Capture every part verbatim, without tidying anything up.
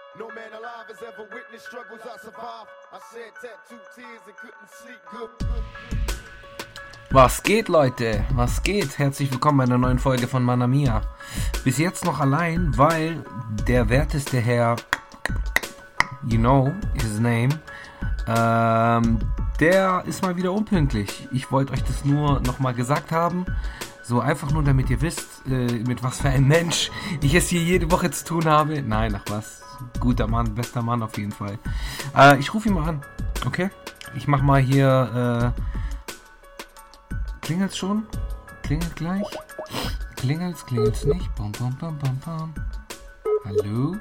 No man alive has ever witnessed struggles I survived. I shed tattooed tears and couldn't sleep good. Was geht, Leute? Was geht? Herzlich willkommen bei einer neuen Folge von Mamma Mia. Bis jetzt noch allein, weil der werteste Herr, you know his name, ähm, der ist mal wieder unpünktlich. Ich wollte euch das nur nochmal gesagt haben. So einfach nur, damit ihr wisst, äh, mit was für einem Mensch ich es hier jede Woche zu tun habe. Nein, ach was. Guter Mann, bester Mann auf jeden Fall. Äh, ich rufe ihn mal an, okay? Ich mach mal hier, äh... Klingelt's schon? Klingelt gleich? Klingelt's, klingelt's nicht? Bam, bam, bam, bam, bam. Hallo?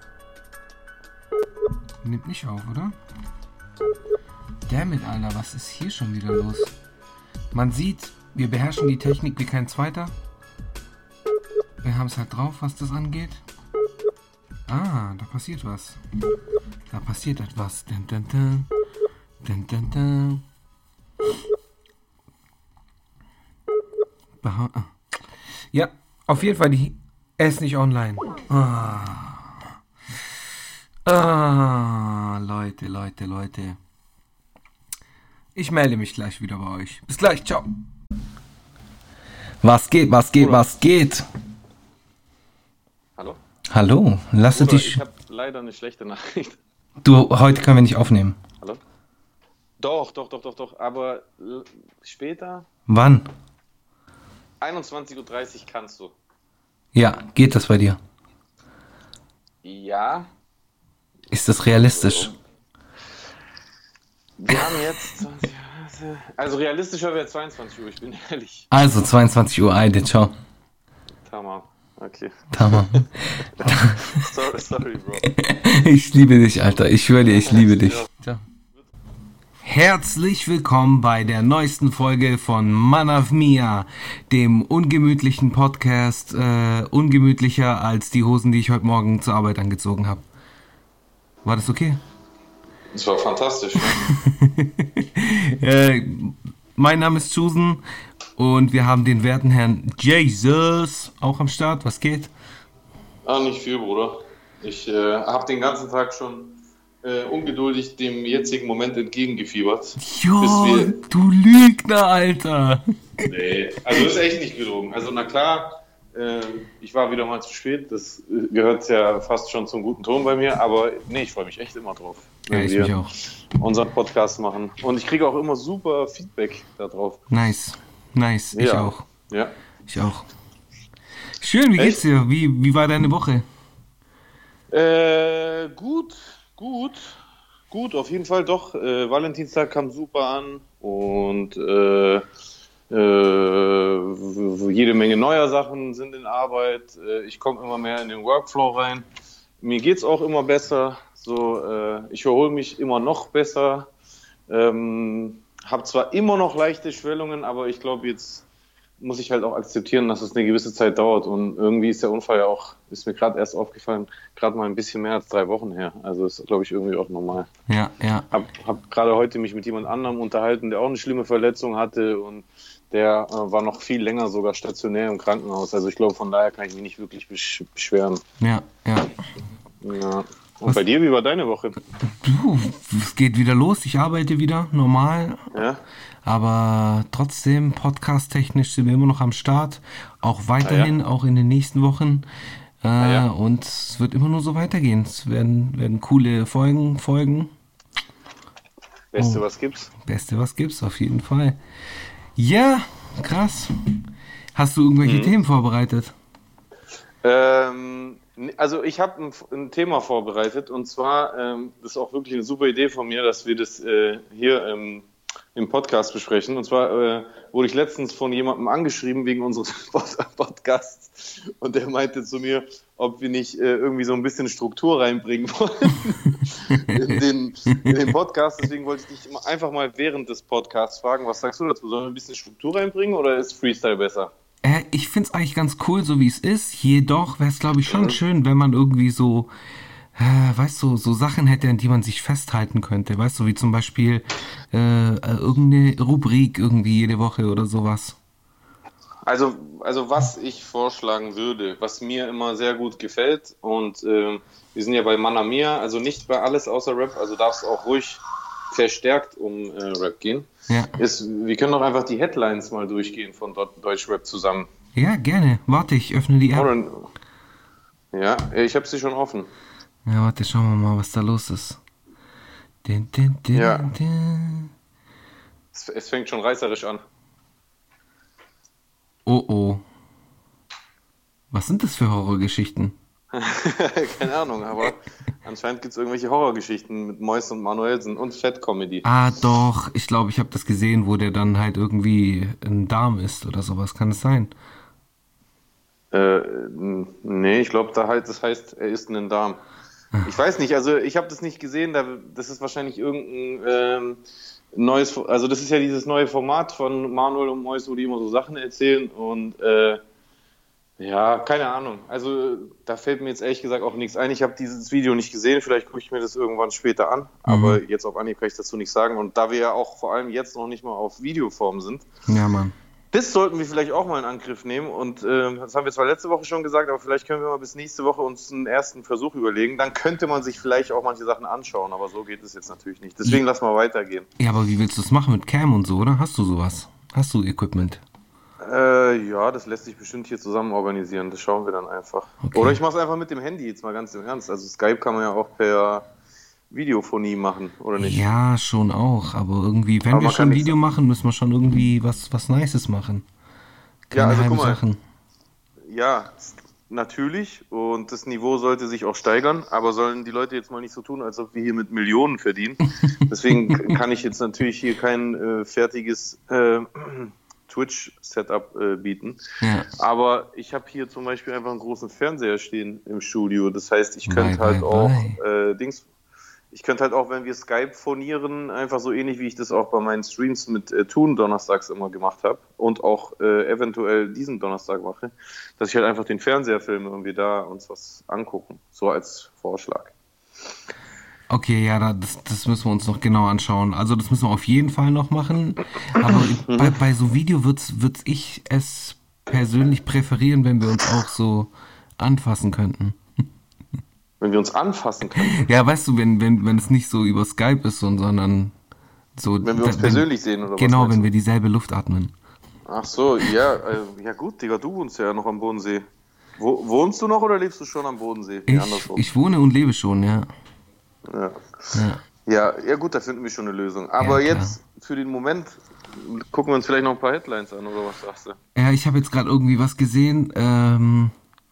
Nimmt nicht auf, oder? Dammit, Alter, was ist hier schon wieder los? Man sieht, wir beherrschen die Technik wie kein Zweiter. Wir haben es halt drauf, was das angeht. Ah, da passiert was. Da passiert etwas. Dun, dun, dun. Dun, dun, dun. Ja, auf jeden Fall, die, er ist nicht online. Ah. Ah, Leute, Leute, Leute. Ich melde mich gleich wieder bei euch. Bis gleich, ciao. Was geht, was geht, was geht? Hallo? Hallo, lass Bruder, dich... Ich habe leider eine schlechte Nachricht. Du, heute können wir nicht aufnehmen. Hallo? Doch, doch, doch, doch, doch. Aber l- später, Wann? einundzwanzig Uhr dreißig kannst du. Ja, geht das bei dir? Ja. Ist das realistisch? Wir haben jetzt zwanzig, also realistischer wäre zweiundzwanzig Uhr, ich bin ehrlich. Also zweiundzwanzig Uhr, Eide, ciao. Tamam. Okay. Tamam. Sorry, sorry, Bro. Ich liebe dich, Alter. Ich schwöre dir, ich liebe dich. Ciao. Herzlich willkommen bei der neuesten Folge von Mamma Mia, dem ungemütlichen Podcast, äh, ungemütlicher als die Hosen, die ich heute Morgen zur Arbeit angezogen habe. War das okay? Das war fantastisch. Ne? äh, mein Name ist Susan und wir haben den werten Herrn Jesus auch am Start. Was geht? Ah, nicht viel, Bruder. Ich äh, habe den ganzen Tag schon äh, ungeduldig dem jetzigen Moment entgegengefiebert. Jo, bis wir... du Lügner, Alter. Nee, also ist echt nicht gelogen. Also na klar, äh, ich war wieder mal zu spät. Das äh, gehört ja fast schon zum guten Ton bei mir. Aber nee, ich freue mich echt immer drauf, wenn Ja, ich wir mich auch. unseren Podcast machen. Und ich kriege auch immer super Feedback darauf. Nice, nice. Ich Ja. auch. Ja. Ich auch. Schön, wie Echt? geht's dir? Wie, wie war deine Woche? Äh, gut, gut, gut, auf jeden Fall doch. Äh, Valentinstag kam super an und äh, äh, w- jede Menge neuer Sachen sind in Arbeit. Äh, ich komme immer mehr in den Workflow rein. Mir geht's auch immer besser. So, äh, ich erhole mich immer noch besser. Ähm, habe zwar immer noch leichte Schwellungen, aber ich glaube, jetzt muss ich halt auch akzeptieren, dass es eine gewisse Zeit dauert. Und irgendwie ist der Unfall ja auch, ist mir gerade erst aufgefallen, gerade mal ein bisschen mehr als drei Wochen her. Also ist, glaube ich, irgendwie auch normal. Ja, ja. Hab, hab gerade heute mich mit jemand anderem unterhalten, der auch eine schlimme Verletzung hatte und der äh, war noch viel länger sogar stationär im Krankenhaus. Also ich glaube, von daher kann ich mich nicht wirklich besch- beschweren. Ja, ja. Ja. Und Was- bei dir, wie war deine Woche? Du, es geht wieder los. Ich arbeite wieder normal. Ja? Aber trotzdem, podcast-technisch sind wir immer noch am Start. Auch weiterhin, auch in den nächsten Wochen. Äh, ja. Und es wird immer nur so weitergehen. Es werden, werden coole Folgen folgen. Beste, Oh. was gibt's? Beste, was gibt's, auf jeden Fall. Ja, krass. Hast du irgendwelche Mhm. Themen vorbereitet? Ähm, also ich habe ein, ein Thema vorbereitet und zwar, ähm, das ist auch wirklich eine super Idee von mir, dass wir das äh, hier ähm, im Podcast besprechen. Und zwar äh, wurde ich letztens von jemandem angeschrieben wegen unseres Pod- Podcasts und der meinte zu mir, ob wir nicht äh, irgendwie so ein bisschen Struktur reinbringen wollen in, den, in den Podcast. Deswegen wollte ich dich einfach mal während des Podcasts fragen, was sagst du dazu? Sollen wir ein bisschen Struktur reinbringen oder ist Freestyle besser? Äh, ich find's eigentlich ganz cool, so wie es ist. Jedoch wäre es, glaube ich, schon schön, wenn man irgendwie so, äh, weißt du, so Sachen hätte, an die man sich festhalten könnte. Weißt du, wie zum Beispiel äh, äh, irgendeine Rubrik irgendwie jede Woche oder sowas. Also, also was ich vorschlagen würde, was mir immer sehr gut gefällt und ähm, wir sind ja bei Manna Mia, also nicht bei alles außer Rap, also darf es auch ruhig verstärkt um äh, Rap gehen, Ja. ist, wir können doch einfach die Headlines mal durchgehen von Deu- Deutschrap zusammen. Ja, gerne. Warte, ich öffne die App. Oder, ja, ich habe sie schon offen. Ja, warte, schauen wir mal, was da los ist. Din, din, din, Ja. din. Es, es fängt schon reißerisch an. Oh oh. Was sind das für Horrorgeschichten? Keine Ahnung, aber anscheinend gibt es irgendwelche Horrorgeschichten mit Mois und Manuelsen und Fett-Comedy. Ah, doch. Ich glaube, ich habe das gesehen, wo der dann halt irgendwie ein Darm ist oder sowas. Kann es sein? Äh, n- nee, ich glaube, da halt, das heißt, er isst einen Darm. Ich weiß nicht, also ich habe das nicht gesehen, da, das ist wahrscheinlich irgendein ähm, neues, also das ist ja dieses neue Format von Manuel und Mois, wo die immer so Sachen erzählen und äh, ja, keine Ahnung. Also da fällt mir jetzt ehrlich gesagt auch nichts ein. Ich habe dieses Video nicht gesehen, vielleicht gucke ich mir das irgendwann später an, aber jetzt auf Anhieb kann ich dazu nicht sagen. Und da wir ja auch vor allem jetzt noch nicht mal auf Videoform sind, Ja, Mann. das sollten wir vielleicht auch mal in Angriff nehmen. Und äh, das haben wir zwar letzte Woche schon gesagt, aber vielleicht können wir mal bis nächste Woche uns einen ersten Versuch überlegen. Dann könnte man sich vielleicht auch manche Sachen anschauen, aber so geht es jetzt natürlich nicht. Deswegen lass mal weitergehen. Ja, aber wie willst du das machen mit Cam und so, oder? Hast du sowas? Hast du Equipment? Äh, ja, das lässt sich bestimmt hier zusammen organisieren. Das schauen wir dann einfach. Okay. Oder ich mache es einfach mit dem Handy, jetzt mal ganz im Ernst. Also Skype kann man ja auch per Videophonie machen, oder nicht? Ja, schon auch. Aber irgendwie, wenn Aber wir man kann schon nicht Video machen, müssen wir schon irgendwie was, was Nices machen. Keine Ja, also halben guck mal. Sachen. Ja, natürlich. Und das Niveau sollte sich auch steigern. Aber sollen die Leute jetzt mal nicht so tun, als ob wir hier mit Millionen verdienen. Deswegen k- kann ich jetzt natürlich hier kein äh, fertiges äh, Twitch-Setup äh, bieten. Ja. Aber ich habe hier zum Beispiel einfach einen großen Fernseher stehen im Studio. Das heißt, ich könnte Bye, halt bye, auch bye. äh, Dings. Ich könnte halt auch, wenn wir Skype phonieren, einfach so ähnlich wie ich das auch bei meinen Streams mit äh, Toon donnerstags immer gemacht habe und auch äh, eventuell diesen Donnerstag mache, dass ich halt einfach den Fernseher filme und wir da uns was angucken. So als Vorschlag. Okay, ja, da- das, das müssen wir uns noch genau anschauen. Also das müssen wir auf jeden Fall noch machen. Aber bei, bei so Video würd's, würd's ich es persönlich präferieren, wenn wir uns auch so anfassen könnten. Wenn wir uns anfassen können, Ja, weißt du, wenn, wenn, wenn es nicht so über Skype ist, sondern so... wenn wir uns wenn- persönlich sehen oder was Genau, meinst wenn du? wir dieselbe Luft atmen. Ach so, ja, äh, ja gut, Digga, du wohnst ja noch am Bodensee. Wo, wohnst du noch oder lebst du schon am Bodensee? Nee, Ich, andersrum. ich wohne und lebe schon, ja. Ja. Ja, Ja, ja gut, da finden wir schon eine Lösung. Aber Ja, klar. jetzt für den Moment gucken wir uns vielleicht noch ein paar Headlines an, oder was sagst du? ja ich habe jetzt gerade irgendwie was gesehen. Ähm,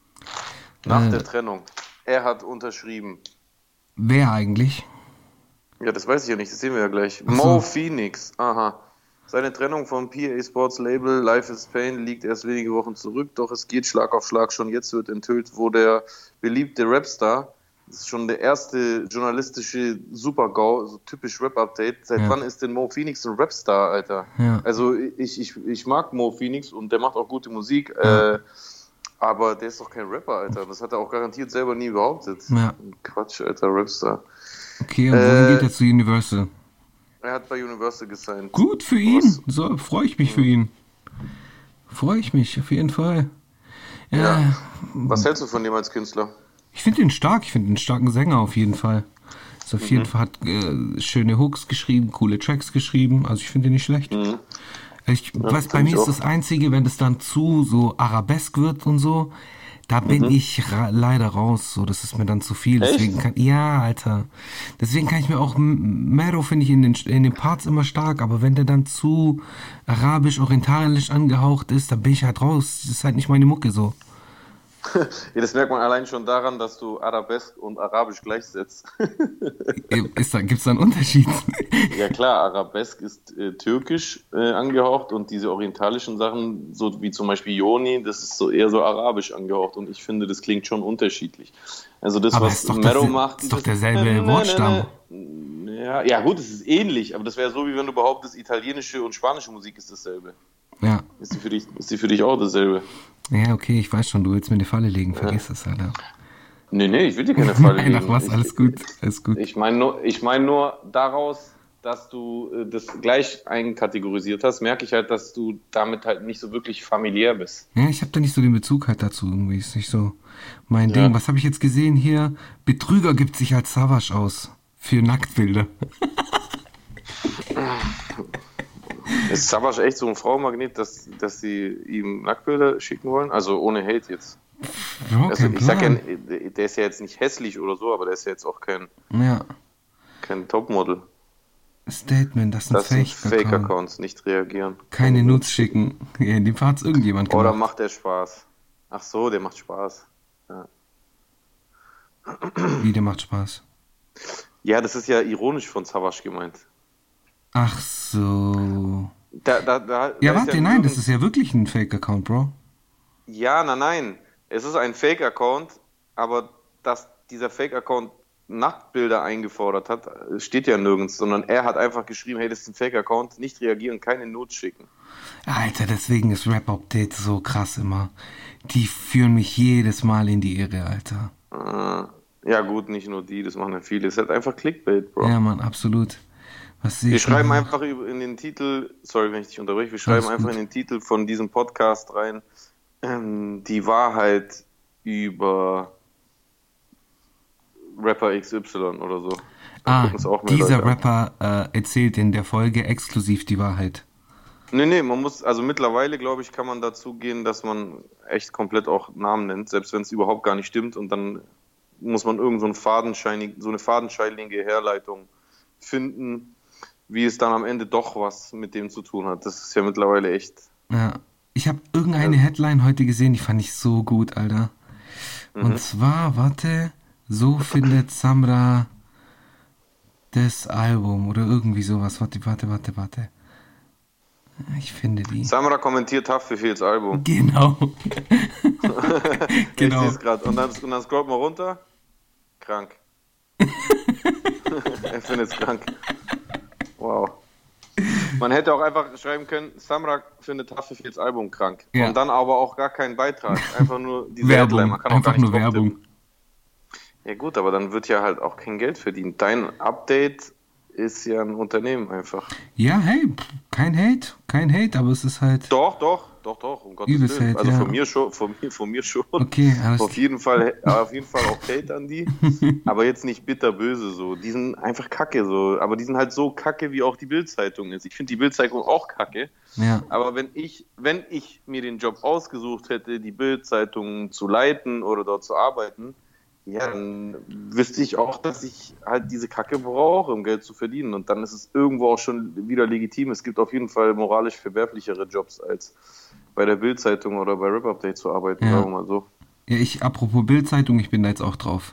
Nach Äh. der Trennung. Er hat unterschrieben. wer eigentlich? Ja, das weiß ich ja nicht, das sehen wir ja gleich. Ach so. Mo Phoenix, aha. Seine Trennung vom P A Sports Label Life is Pain liegt erst wenige Wochen zurück, doch es geht Schlag auf Schlag. Schon jetzt wird enthüllt, wo der beliebte Rapstar, das ist schon der erste journalistische Super-GAU, so typisch Rap-Update. Seit Ja. wann ist denn Mo Phoenix ein Rapstar, Alter? Ja. Also ich, ich, ich mag Mo Phoenix und der macht auch gute Musik, Ja. äh, aber der ist doch kein Rapper, Alter. Das hat er auch garantiert selber nie behauptet. Ja. Quatsch, Alter, Rapstar. Okay, und wohin Äh. geht er zu Universal? Er hat bei Universal gesigned. Gut für ihn. So, freue ich mich für ihn. Freue ich mich, auf jeden Fall. Ja, Ja. Was hältst du von dem als Künstler? ich finde ihn stark. Ich finde ihn einen starken Sänger auf jeden Fall. Ist auf Mhm. jeden Fall hat äh, schöne Hooks geschrieben, coole Tracks geschrieben. Also ich finde ihn nicht schlecht. Mhm. Ich weiß, bei find mir ich ist auch. das Einzige, wenn das dann zu so arabesk wird und so, da bin Mhm. ich ra- leider raus. So, das ist mir dann zu viel. Echt? Deswegen kann, ja, Alter. Deswegen kann ich mir auch M- Mero finde ich in den in den Parts immer stark, aber wenn der dann zu arabisch, orientalisch angehaucht ist, dann bin ich halt raus. Das ist halt nicht meine Mucke so. Ja, das merkt man allein schon daran, dass du Arabesk und Arabisch gleichsetzt. Ist da, gibt's da einen Unterschied? Ja klar, Arabesk ist äh, türkisch äh, angehaucht und diese orientalischen Sachen, so wie zum Beispiel Yoni, das ist so eher so arabisch angehaucht und ich finde, das klingt schon unterschiedlich. Also das, Aber was ist doch Mero das- macht... ist doch dieses- derselbe Wortstamm. Ja, ja gut, es ist ähnlich, aber das wäre so, wie wenn du behauptest, italienische und spanische Musik ist dasselbe. Ja. Ist die für dich, ist die für dich auch dasselbe? Ja, okay, ich weiß schon, du willst mir eine Falle legen, vergiss das, Alter. Nee, nee, ich will dir keine Falle Nein, legen. ach was, Ich- alles gut, alles gut. Ich meine nur, ich mein nur daraus, dass du äh, das gleich einkategorisiert hast, merke ich halt, dass du damit halt nicht so wirklich familiär bist. Ja, ich habe da nicht so den Bezug halt dazu irgendwie. Ist nicht so mein Ja. Ding. Was habe ich jetzt gesehen hier? Betrüger gibt sich als Savage aus. Für Nacktbilder. Ist Savage echt so ein Frauenmagnet, dass, dass sie ihm Nacktbilder schicken wollen? Also ohne Hate jetzt. Ja, Also kein ich sag ja, Plan. der ist ja jetzt nicht hässlich oder so, aber der ist ja jetzt auch kein, Ja, kein Topmodel. Statement, das sind Das sind Fake-Accounts. Fake-Accounts, nicht reagieren. Keine Nudes schicken. Ja, in dem Fall hat es irgendjemand Oder gemacht. macht der Spaß? Ach so, der macht Spaß. Ja. Wie, der macht Spaß. Ja, das ist ja ironisch von Savage gemeint. Ach so. Da, da, da, Ja, da ist warte, ja nein, das nirgends- ist ja wirklich ein Fake-Account, Bro. Ja, nein, nein. Es ist ein Fake-Account, aber dass dieser Fake-Account Nacktbilder eingefordert hat, steht ja nirgends, sondern er hat einfach geschrieben, hey, das ist ein Fake-Account, nicht reagieren, keine Not schicken. Alter, deswegen ist Rap-Update so krass immer. Die führen mich jedes Mal in die Irre, Alter. Äh, ja gut, nicht nur die, das machen ja viele. Es ist halt einfach Clickbait, Bro. Ja, Mann, absolut. Was sehe Wir ich schreiben noch? einfach über- in den Titel, sorry, wenn ich dich unterbreche, wir schreiben Alles einfach gut. in den Titel von diesem Podcast rein, ähm, die Wahrheit über Rapper X Y oder so. Dann Ah, gucken es auch mehr dieser Leute an. Rapper äh, erzählt in der Folge exklusiv die Wahrheit. Nee, nee, man muss, also mittlerweile, glaube ich, kann man dazu gehen, dass man echt komplett auch Namen nennt, selbst wenn es überhaupt gar nicht stimmt und dann muss man irgend so, ein fadenscheinig, so eine fadenscheinige Herleitung finden, wie es dann am Ende doch was mit dem zu tun hat. Das ist ja mittlerweile echt. Ja. Ich habe irgendeine Headline heute gesehen, die fand ich so gut, Alter. Mhm. Und zwar, warte, so findet Samra das Album oder irgendwie sowas. Warte, warte, warte, warte. Ich finde die. Samra kommentiert Haftbefehls Album. Genau. Ich Genau. sehe es gerade. Und dann, und dann scrollt man runter. Krank. Er findet es krank. Wow. Man hätte auch einfach schreiben können, Samra findet Haftbefehls Album krank. Ja. Und dann aber auch gar keinen Beitrag. Einfach nur diese Werbung. Headline. Man kann auch Einfach gar nicht nur drauf Werbung. tippen. Ja gut, aber dann wird ja halt auch kein Geld verdient. Dein Update ist ja ein Unternehmen einfach. Ja, hey, pff, kein Hate, kein Hate, aber es ist halt. Doch, doch, doch, doch, um Gottes Übelst Willen. Hate, Also ja. von mir schon, von mir, von mir schon. Okay, alles Auf jeden Fall, auf jeden Fall auch Hate an die, aber jetzt nicht bitterböse so. Die sind einfach kacke so, aber die sind halt so kacke, wie auch die Bild-Zeitung ist. Ich finde die Bild-Zeitung auch kacke, Ja. aber wenn ich, wenn ich mir den Job ausgesucht hätte, die Bild-Zeitung zu leiten oder dort zu arbeiten, ja, dann wüsste ich auch, dass ich halt diese Kacke brauche, um Geld zu verdienen. Und dann ist es irgendwo auch schon wieder legitim. Es gibt auf jeden Fall moralisch verwerflichere Jobs, als bei der Bild-Zeitung oder bei Rap-Update zu arbeiten, Ja. sagen wir mal so. Ja, ich, apropos Bildzeitung, ich bin da jetzt auch drauf.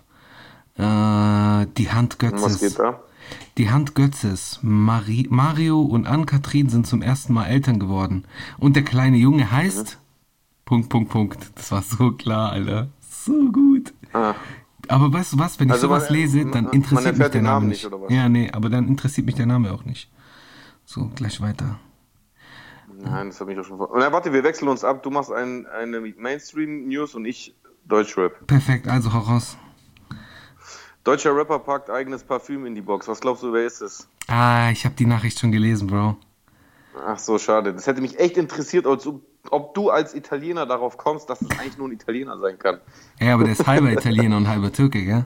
Äh, die Hand Und was geht Götzes. da? Die Hand Götzes. Mari Mario und Ann-Kathrin sind zum ersten Mal Eltern geworden. Und der kleine Junge heißt. Punkt, Punkt, Punkt. Das war so klar, Alter. So gut. Ah. Aber weißt du was, wenn ich Also sowas man- lese, man- dann man interessiert mich erfährt der den Name Namen nicht. nicht, oder was? Ja, nee, aber dann interessiert mich der Name auch nicht. So, gleich weiter. Nein, das hat mich auch schon vor. Na, warte, wir wechseln uns ab. Du machst ein, eine Mainstream-News und ich Deutschrap. Perfekt, also hau raus. Deutscher Rapper packt eigenes Parfüm in die Box. Was glaubst du, wer ist es? Ah, ich habe die Nachricht schon gelesen, Bro. Ach so, schade. Das hätte mich echt interessiert, als ob, ob du als Italiener darauf kommst, dass es eigentlich nur ein Italiener sein kann. Ja, aber der ist halber Italiener und halber Türke, gell?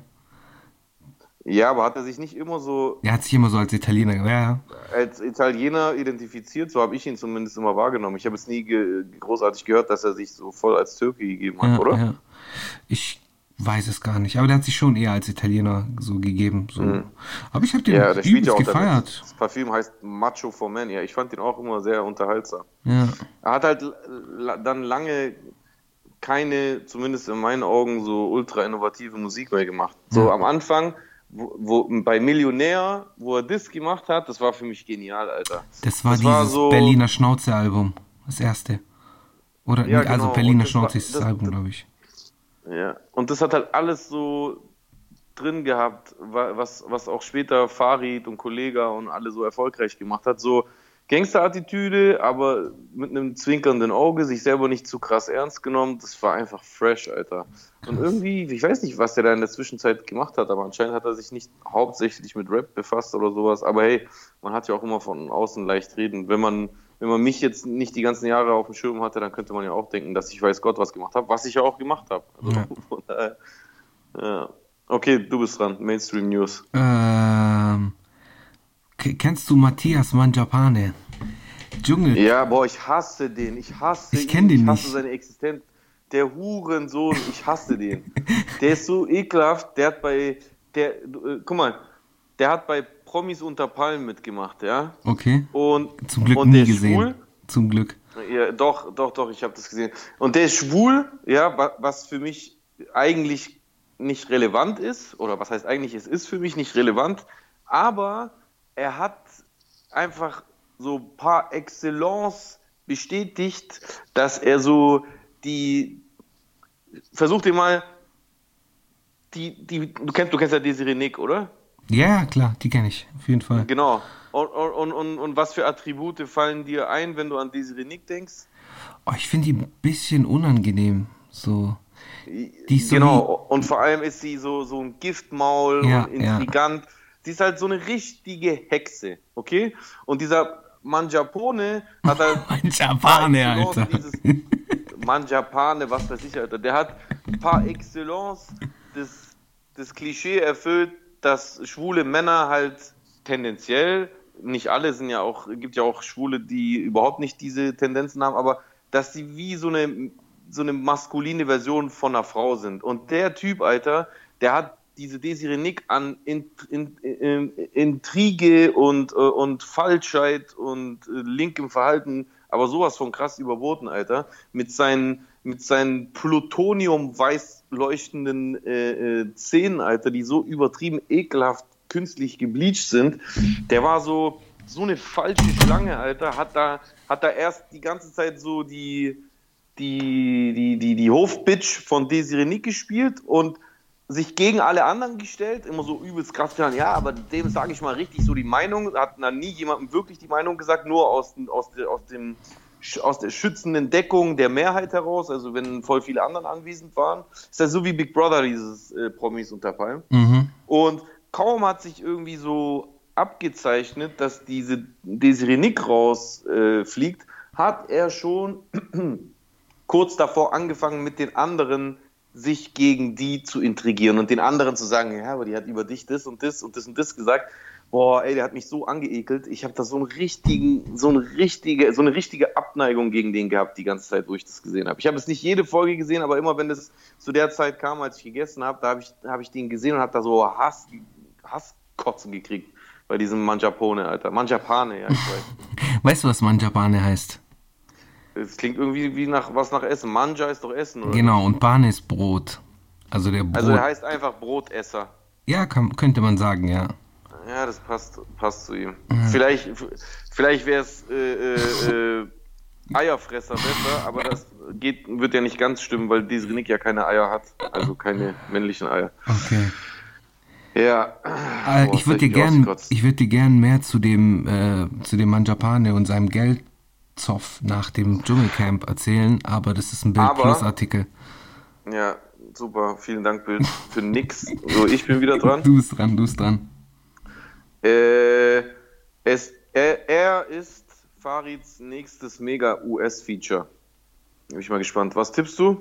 Ja, aber hat er sich nicht immer so Er hat sich immer so als Italiener, ja. als Italiener identifiziert? So habe ich ihn zumindest immer wahrgenommen. Ich habe es nie ge großartig gehört, dass er sich so voll als Türke gegeben hat, ja, oder? Ja. Ich weiß es gar nicht, aber der hat sich schon eher als Italiener so gegeben. So. Mhm. Aber ich habe den Ja, der spielt übelst ja auch gefeiert. damit. Das Parfüm heißt Macho for Men. Ja, ich fand den auch immer sehr unterhaltsam. Ja. Er hat halt la- dann lange keine, zumindest in meinen Augen, so ultra innovative Musik mehr gemacht. So Ja. am Anfang, wo, wo bei Millionär, wo er das gemacht hat, das war für mich genial, Alter. Das war Das dieses war so- Berliner Schnauze-Album, das erste. Oder, Ja, nee, also genau. Berliner Und das war- Schnauze ist das, das- Album, glaube ich. Ja, und das hat halt alles so drin gehabt, wa- was, was auch später Farid und Kollega und alle so erfolgreich gemacht hat. So Gangster-Attitüde, aber mit einem zwinkernden Auge, sich selber nicht zu krass ernst genommen. Das war einfach fresh, Alter. Und irgendwie, ich weiß nicht, was der da in der Zwischenzeit gemacht hat, aber anscheinend hat er sich nicht hauptsächlich mit Rap befasst oder sowas. Aber hey, man hat ja auch immer von außen leicht reden. Wenn man, wenn man mich jetzt nicht die ganzen Jahre auf dem Schirm hatte, dann könnte man ja auch denken, dass ich weiß Gott was gemacht habe, was ich ja auch gemacht habe. Also, Ja. von daher, ja. Okay, du bist dran. Mainstream News. Ähm, k- kennst du Matthias Mangiapane? Dschungel. Ja, boah, ich hasse den. Ich hasse Ich ihn. kenn den Ich hasse nicht. seine Existenz. Der Hurensohn, ich hasse den. Der ist so ekelhaft. Der hat bei, der, äh, guck mal, der hat bei Promis unter Palmen mitgemacht, ja. Okay. Und, Zum Glück und nie der ist gesehen. schwul. Zum Glück. Ja, doch, doch, doch, ich habe das gesehen. Und der ist schwul, ja, wa- was für mich eigentlich nicht relevant ist, oder was heißt eigentlich, es ist für mich nicht relevant, aber er hat einfach so par excellence bestätigt, dass er so die, versuch dir mal, die, die, du kennst, du kennst ja Desiree Nick, oder? Ja, ja, klar, die kenne ich. Auf jeden Fall. Genau. Und, und, und, und was für Attribute fallen dir ein, wenn du an Desiree Nick denkst? Oh, ich finde die ein bisschen unangenehm. So. Die ist so Genau, und vor allem ist sie so, so ein Giftmaul Ja, und intrigant. Sie ist halt so eine richtige Hexe, okay? Und dieser Mangiapane hat halt... Mangiapane, par excellence Alter. Dieses Mangiapane, was weiß ich, Alter. Der hat par excellence das, das Klischee erfüllt, dass schwule Männer halt tendenziell, nicht alle sind ja auch, gibt ja auch Schwule, die überhaupt nicht diese Tendenzen haben, aber dass sie wie so eine, so eine maskuline Version von einer Frau sind. Und der Typ, Alter, der hat diese Desiree Nick an in, in, in, Intrige und, und Falschheit und linkem Verhalten, aber sowas von krass überboten, Alter. Mit seinen, mit seinen Plutonium-weiß leuchtenden äh, äh, Zähnen, Alter, die so übertrieben ekelhaft künstlich gebleached sind. Der war so, so eine falsche Schlange, Alter. Hat da, hat da erst die ganze Zeit so die, die, die, die, die Hofbitch von Desiree Nick gespielt und sich gegen alle anderen gestellt, immer so übelst krass getan, ja, aber dem sage ich mal richtig so die Meinung, hat dann nie jemandem wirklich die Meinung gesagt, nur aus, aus, der, aus, dem, aus der schützenden Deckung der Mehrheit heraus, also wenn voll viele anderen anwesend waren. Ist ja so wie Big Brother, dieses äh, Promis unter Palmen. Mhm. Und kaum hat sich irgendwie so abgezeichnet, dass diese Desiree Nick rausfliegt, äh, hat er schon kurz davor angefangen, mit den anderen sich gegen die zu intrigieren und den anderen zu sagen, ja, aber die hat über dich das und das und das und das gesagt. Boah, ey, der hat mich so angeekelt. Ich habe da so einen richtigen, so eine richtige, so eine richtige Abneigung gegen den gehabt die ganze Zeit, wo ich das gesehen habe. Ich habe es nicht jede Folge gesehen, aber immer wenn das zu der Zeit kam, als ich gegessen habe, da habe ich, hab ich den gesehen und habe da so Hass, Hasskotzen gekriegt bei diesem Mangiapane, Alter. Mangiapane, ja, ich weiß. Weißt du, was Mangiapane heißt? Es klingt irgendwie wie nach was nach Essen. Manja ist doch Essen, oder? Genau, und Pane ist Brot. Also der Brot. Also er heißt einfach Brotesser. Ja, kann, könnte man sagen, ja. Ja, das passt, passt zu ihm. Ja. Vielleicht, vielleicht wäre es äh, äh, äh, Eierfresser besser, aber das geht, wird ja nicht ganz stimmen, weil Desiree Nick ja keine Eier hat. Also keine männlichen Eier. Okay. Ja. Äh, Boah, ich würde dir gern, ich würde dir gern mehr zu dem, äh, zu dem Mangiapane und seinem Geldzoff nach dem Dschungelcamp erzählen, aber das ist ein Bild Plus Artikel. Ja, super. Vielen Dank, Bild, für nix. So, ich bin wieder dran. Du bist dran, du bist dran. Äh, es, er, er ist Farids nächstes Mega-U S-Feature. Bin ich mal gespannt. Was tippst du?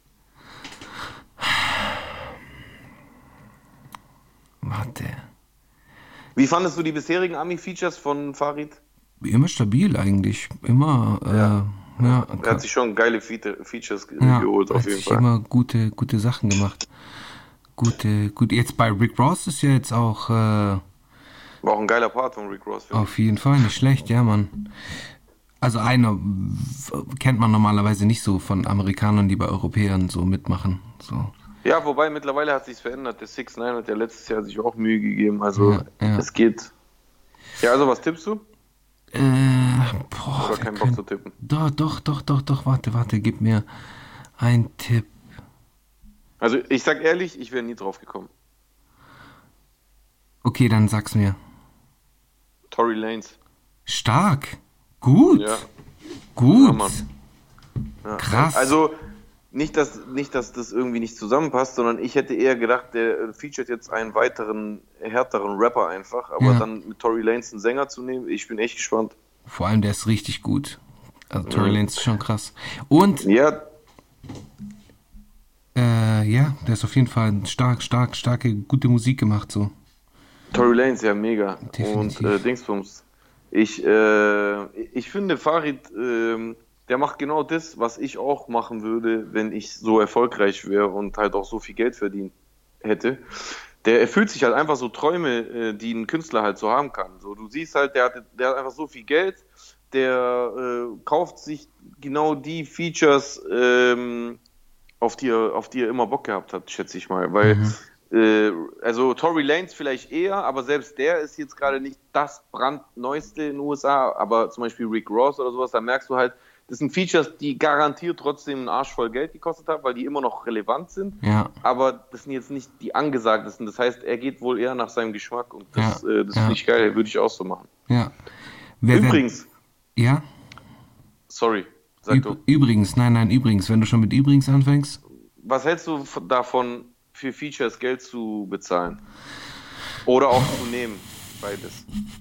Warte. Wie fandest du die bisherigen Ami-Features von Farid? Immer stabil eigentlich. Immer, ja. Äh, ja. Er hat sich schon geile Fe- Features ja, geholt, auf jeden hat sich Fall. immer gute, gute Sachen gemacht. Gute, gut. Jetzt bei Rick Ross ist ja jetzt auch. Äh, War auch ein geiler Part von Rick Ross. Auf jeden Fall, nicht schlecht, ja, Mann. Also einer kennt man normalerweise nicht so von Amerikanern, die bei Europäern so mitmachen. So. Ja, wobei mittlerweile hat sich's verändert. Der six neun hat ja letztes Jahr sich auch Mühe gegeben. Also ja, ja. es geht. Ja, also was tippst du? Äh, boah, Oder keinen Bock könnt, zu tippen? Doch, doch, doch, doch, doch, warte, warte, gib mir einen Tipp. Also ich sag ehrlich, ich wäre nie drauf gekommen. Okay, dann sag's mir. Tory Lanez. Stark. Gut. Ja. Gut. Ja, Mann. Ja. Krass. Also nicht dass, nicht, dass das irgendwie nicht zusammenpasst, sondern ich hätte eher gedacht, der featuret jetzt einen weiteren, härteren Rapper einfach, aber Ja. dann mit Tory Lanez einen Sänger zu nehmen, ich bin echt gespannt. Vor allem, der ist richtig gut. Also Tory Mhm. Lanez ist schon krass. Und, Ja, äh, ja, der ist auf jeden Fall stark, stark, starke, gute Musik gemacht, so. Tory Lanez, ja, mega. Definitiv. Und äh, Dingsbums. Ich, äh, ich finde, Farid, ähm, der macht genau das, was ich auch machen würde, wenn ich so erfolgreich wäre und halt auch so viel Geld verdient hätte. Der erfüllt sich halt einfach so Träume, äh, die ein Künstler halt so haben kann. So, du siehst halt, der hat, der hat einfach so viel Geld, der äh, kauft sich genau die Features, ähm, auf die, er, auf die er immer Bock gehabt hat, schätze ich mal. Weil, Mhm. äh, also Tory Lanez vielleicht eher, aber selbst der ist jetzt gerade nicht das brandneueste in den U S A, aber zum Beispiel Rick Ross oder sowas, da merkst du halt, das sind Features, die garantiert trotzdem einen Arsch voll Geld gekostet haben, weil die immer noch relevant sind, Ja, aber das sind jetzt nicht die angesagtesten. Das heißt, er geht wohl eher nach seinem Geschmack und das, Ja, äh, das ja. finde ich geil, würde ich auch so machen. ja. Wer, wer, Übrigens, ja? sorry, sag Üb, du, übrigens, nein, nein, übrigens, wenn du schon mit übrigens anfängst, was hältst du von- davon, für Features Geld zu bezahlen? Oder auch zu nehmen, beides.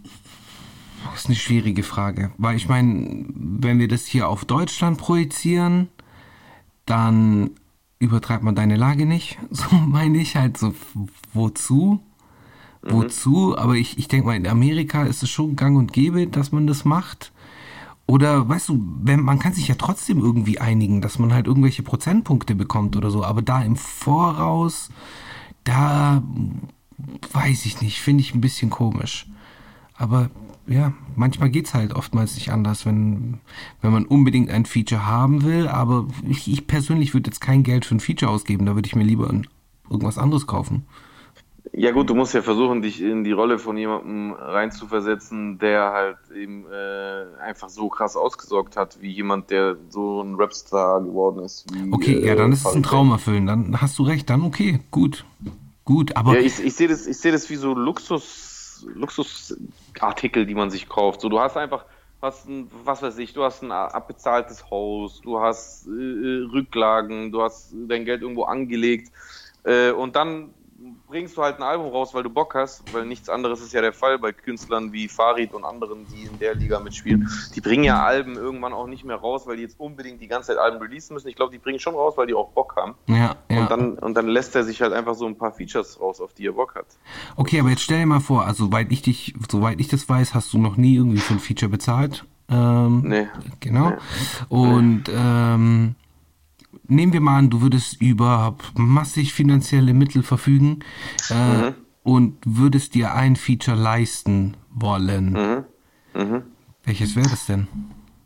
das ist eine schwierige Frage. Weil ich meine, wenn wir das hier auf Deutschland projizieren, dann übertreibt man deine Lage nicht. So meine ich halt so, wozu? Wozu? Aber ich, ich denke mal, in Amerika ist es schon gang und gäbe, dass man das macht. Oder weißt du, wenn, man kann sich ja trotzdem irgendwie einigen, dass man halt irgendwelche Prozentpunkte bekommt oder so. Aber da im Voraus, da weiß ich nicht, finde ich ein bisschen komisch. Aber ja, manchmal geht's halt oftmals nicht anders, wenn, wenn man unbedingt ein Feature haben will. Aber ich, ich persönlich würde jetzt kein Geld für ein Feature ausgeben, da würde ich mir lieber ein, irgendwas anderes kaufen. Ja gut, du musst ja versuchen, dich in die Rolle von jemandem reinzuversetzen, der halt eben äh, einfach so krass ausgesorgt hat, wie jemand, der so ein Rapstar geworden ist. Wie, Okay, ja, äh, dann ist es ein Farid Traum Bang. erfüllen. Dann hast du recht, dann okay, gut. Gut, aber Ja, ich, ich sehe das, ich sehe das wie so Luxus, Luxusartikel, die man sich kauft. So, du hast einfach, hast ein, was weiß ich, du hast ein abbezahltes Haus, du hast äh, Rücklagen, du hast dein Geld irgendwo angelegt äh, und dann bringst du halt ein Album raus, weil du Bock hast, weil nichts anderes ist ja der Fall bei Künstlern wie Farid und anderen, die in der Liga mitspielen. Die bringen ja Alben irgendwann auch nicht mehr raus, weil die jetzt unbedingt die ganze Zeit Alben releasen müssen. Ich glaube, die bringen schon raus, weil die auch Bock haben. ja, ja. Und dann, und dann lässt er sich halt einfach so ein paar Features raus, auf die er Bock hat. Okay, aber jetzt stell dir mal vor, also soweit ich dich, soweit ich das weiß, hast du noch nie irgendwie für ein Feature bezahlt. Ähm, Nee. Genau. Nee. Und ähm, nehmen wir mal an, du würdest über massig finanzielle Mittel verfügen äh, Mhm. und würdest dir ein Feature leisten wollen. Mhm. Mhm. Welches wäre das denn?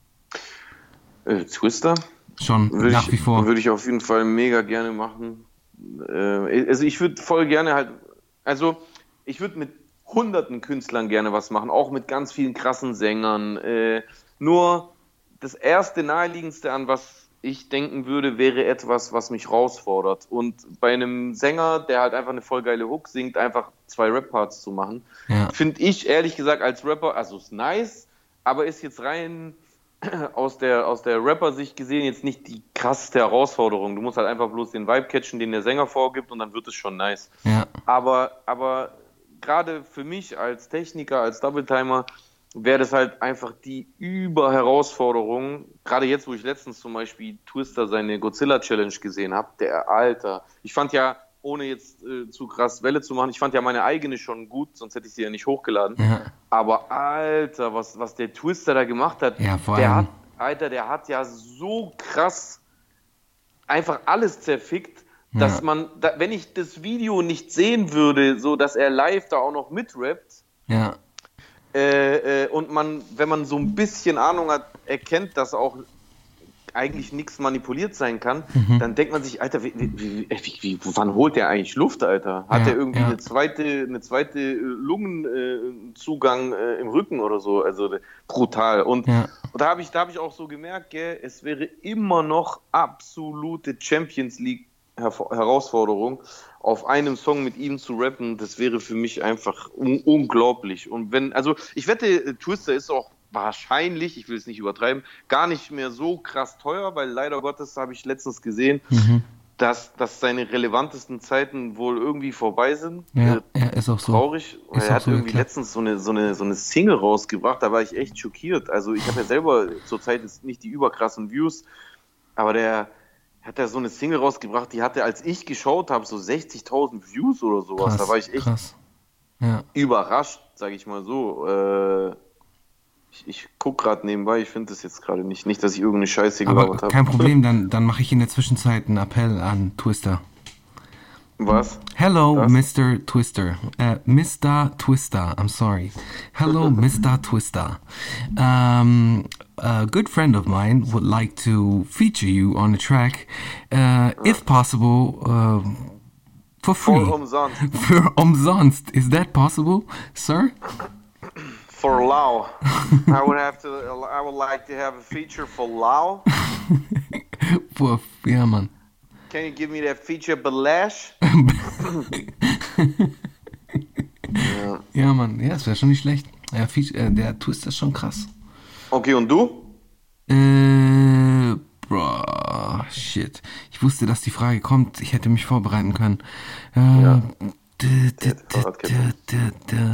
Äh, Twister? Schon Würde nach ich, wie vor. würde ich auf jeden Fall mega gerne machen. Äh, also ich würde voll gerne halt, also ich würde mit hunderten Künstlern gerne was machen, auch mit ganz vielen krassen Sängern. Äh, nur das erste naheliegendste, an was ich denken würde, wäre etwas, was mich herausfordert. Und bei einem Sänger, der halt einfach eine voll geile Hook singt, einfach zwei Rap-Parts zu machen, Ja. finde ich ehrlich gesagt als Rapper, also ist nice, aber ist jetzt rein aus der, aus der Rapper-Sicht gesehen jetzt nicht die krasseste Herausforderung. Du musst halt einfach bloß den Vibe catchen, den der Sänger vorgibt und dann wird es schon nice. Ja. Aber, aber gerade für mich als Techniker, als Double-Timer, wäre das halt einfach die Über-Herausforderung. Gerade jetzt, wo ich letztens zum Beispiel Twister seine Godzilla-Challenge gesehen habe, der Alter. Ich fand ja, ohne jetzt äh, zu krass Welle zu machen, ich fand ja meine eigene schon gut, sonst hätte ich sie ja nicht hochgeladen. Ja. Aber Alter, was, was der Twister da gemacht hat, Ja, vor der allem- hat, Alter, der hat ja so krass einfach alles zerfickt, dass Ja. man, da, wenn ich das Video nicht sehen würde, so dass er live da auch noch mitrappt, Ja. äh, äh, und man, wenn man so ein bisschen Ahnung hat, erkennt, dass auch eigentlich nichts manipuliert sein kann, Mhm. dann denkt man sich, Alter, wie, wie, wie, wie, wie, wann holt der eigentlich Luft, Alter? Hat Ja, der irgendwie ja. eine zweite, eine zweite äh, Lungenzugang äh, im Rücken oder so? Also äh, brutal. Und, Ja. und da habe ich, da habe ich auch so gemerkt, gell, es wäre immer noch absolute Champions League Hervor- Herausforderung, auf einem Song mit ihm zu rappen. Das wäre für mich einfach un- unglaublich. Und wenn, also ich wette, äh, Twister ist auch wahrscheinlich, ich will es nicht übertreiben, gar nicht mehr so krass teuer, weil leider Gottes habe ich letztens gesehen, Mhm. dass, dass seine relevantesten Zeiten wohl irgendwie vorbei sind. Ja, Äh, ja, ist auch so. traurig. Ist er auch hat so irgendwie geklappt. letztens so eine, so, eine, so eine Single rausgebracht, da war ich echt schockiert. Also ich habe ja selber zurzeit jetzt nicht die überkrassen Views, aber der hat ja so eine Single rausgebracht, die hatte, als ich geschaut habe, so sechzigtausend Views oder sowas. Krass, Da war ich echt krass. Ja. überrascht, sage ich mal so. Äh, ich ich gucke gerade nebenbei, ich finde das jetzt gerade nicht. Nicht, dass ich irgendeine Scheiße Aber gelabert habe. kein Problem, dann, dann mache ich in der Zwischenzeit einen Appell an Twister. Was? Hello, Das? Mister Twister. Uh, Mister Twister, I'm sorry. Hello, Mister Twister. Um, a good friend of mine would like to feature you on a track, uh, if possible, uh, for free. For umsonst. Für umsonst. Is that possible, sir? For Lau. I would have to, I would like to have a feature for Lau. Für, ja, Mann. Can you give me that feature, Belash? ja. Ja, Mann. Ja, das wäre schon nicht schlecht. Ja, Feature, äh, der Twister ist schon krass. Okay, und du? Äh, bro, shit. Ich wusste, dass die Frage kommt. Ich hätte mich vorbereiten können. Äh, Ja. d- d- Jetzt Fahrradkette. d- d- d-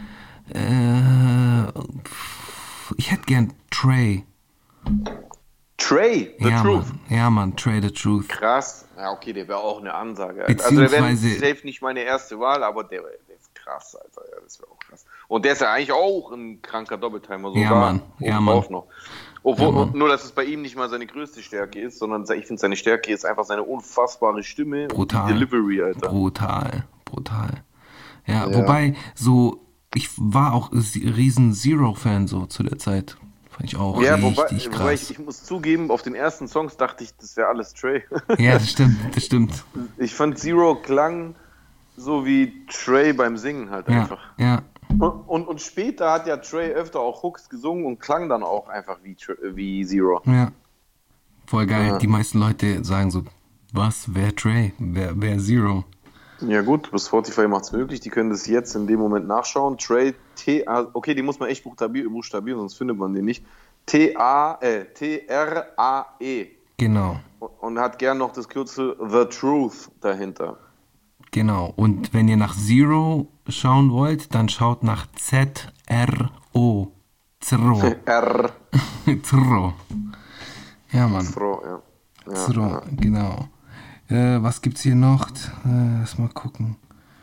äh, pff, ich hätte gern Trey. Trey, The Ja, Truth. Mann. Ja, Mann, Trey the Truth. Krass. Ja, okay, der wäre auch eine Ansage. Also der wäre Beziehungsweise- safe nicht meine erste Wahl, aber der, der ist krass, Alter. Ja, das wäre auch krass. Und der ist ja eigentlich auch ein kranker Doppeltimer. Sogar Ja, Mann. Ja, obendrauf Mann. noch. Obwohl, Ja, Mann. nur, dass es bei ihm nicht mal seine größte Stärke ist, sondern ich finde, seine Stärke ist einfach seine unfassbare Stimme Brutal. und die Delivery, Alter. Brutal, brutal. Ja, Ja. wobei, so, ich war auch si- riesen Zero-Fan so zu der Zeit. Fand ich auch Ja, wobei, richtig wobei ich, krass. ich muss zugeben, auf den ersten Songs dachte ich, das wäre alles Trey. Ja, das stimmt, das stimmt. Ich fand Zero klang so wie Trey beim Singen halt Ja, einfach. ja, Und, und, und später hat ja Trey öfter auch Hooks gesungen und klang dann auch einfach wie, Tr- wie Zero. ja. Voll geil. Ja. Die meisten Leute sagen so, was, wer Trey? Wer, wer Zero? Ja gut, Spotify macht es möglich, die können das jetzt in dem Moment nachschauen. Trey, T A, okay, die muss man echt buchstabieren, buchstabieren sonst findet man den nicht. T A, äh, T R A E. Genau, Und hat gern noch das Kürzel The Truth dahinter. genau. Und wenn ihr nach Zero schauen wollt, dann schaut nach Z R O. Zero. R. Zero. Ja, Mann. Fro, ja. Ja, Zero, ja. genau. Äh, was gibt's hier noch? Äh, lass mal gucken.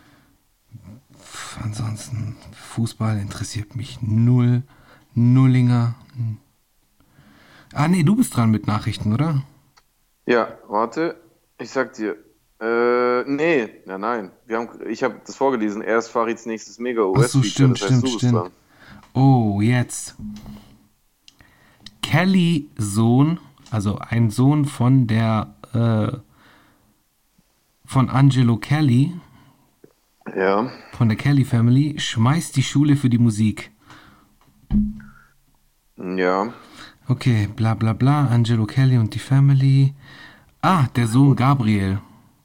Pff, ansonsten, Fußball interessiert mich null. Nullinger. Hm. Ah, nee, du bist dran mit Nachrichten, oder? Ja, warte, ich sag dir. Äh, nee, ja, nein. Wir haben, ich habe das vorgelesen. Er ist Farids nächstes Mega-O Ach so, S-Feature. stimmt, das heißt, stimmt, du bist stimmt. dran. Oh, jetzt. Kelly Sohn, also ein Sohn von der, äh, von Angelo Kelly, Ja. von der Kelly Family, schmeißt die Schule für die Musik. Ja. Okay, bla bla bla, Angelo Kelly und die Family. Ah, der Sohn Gabriel.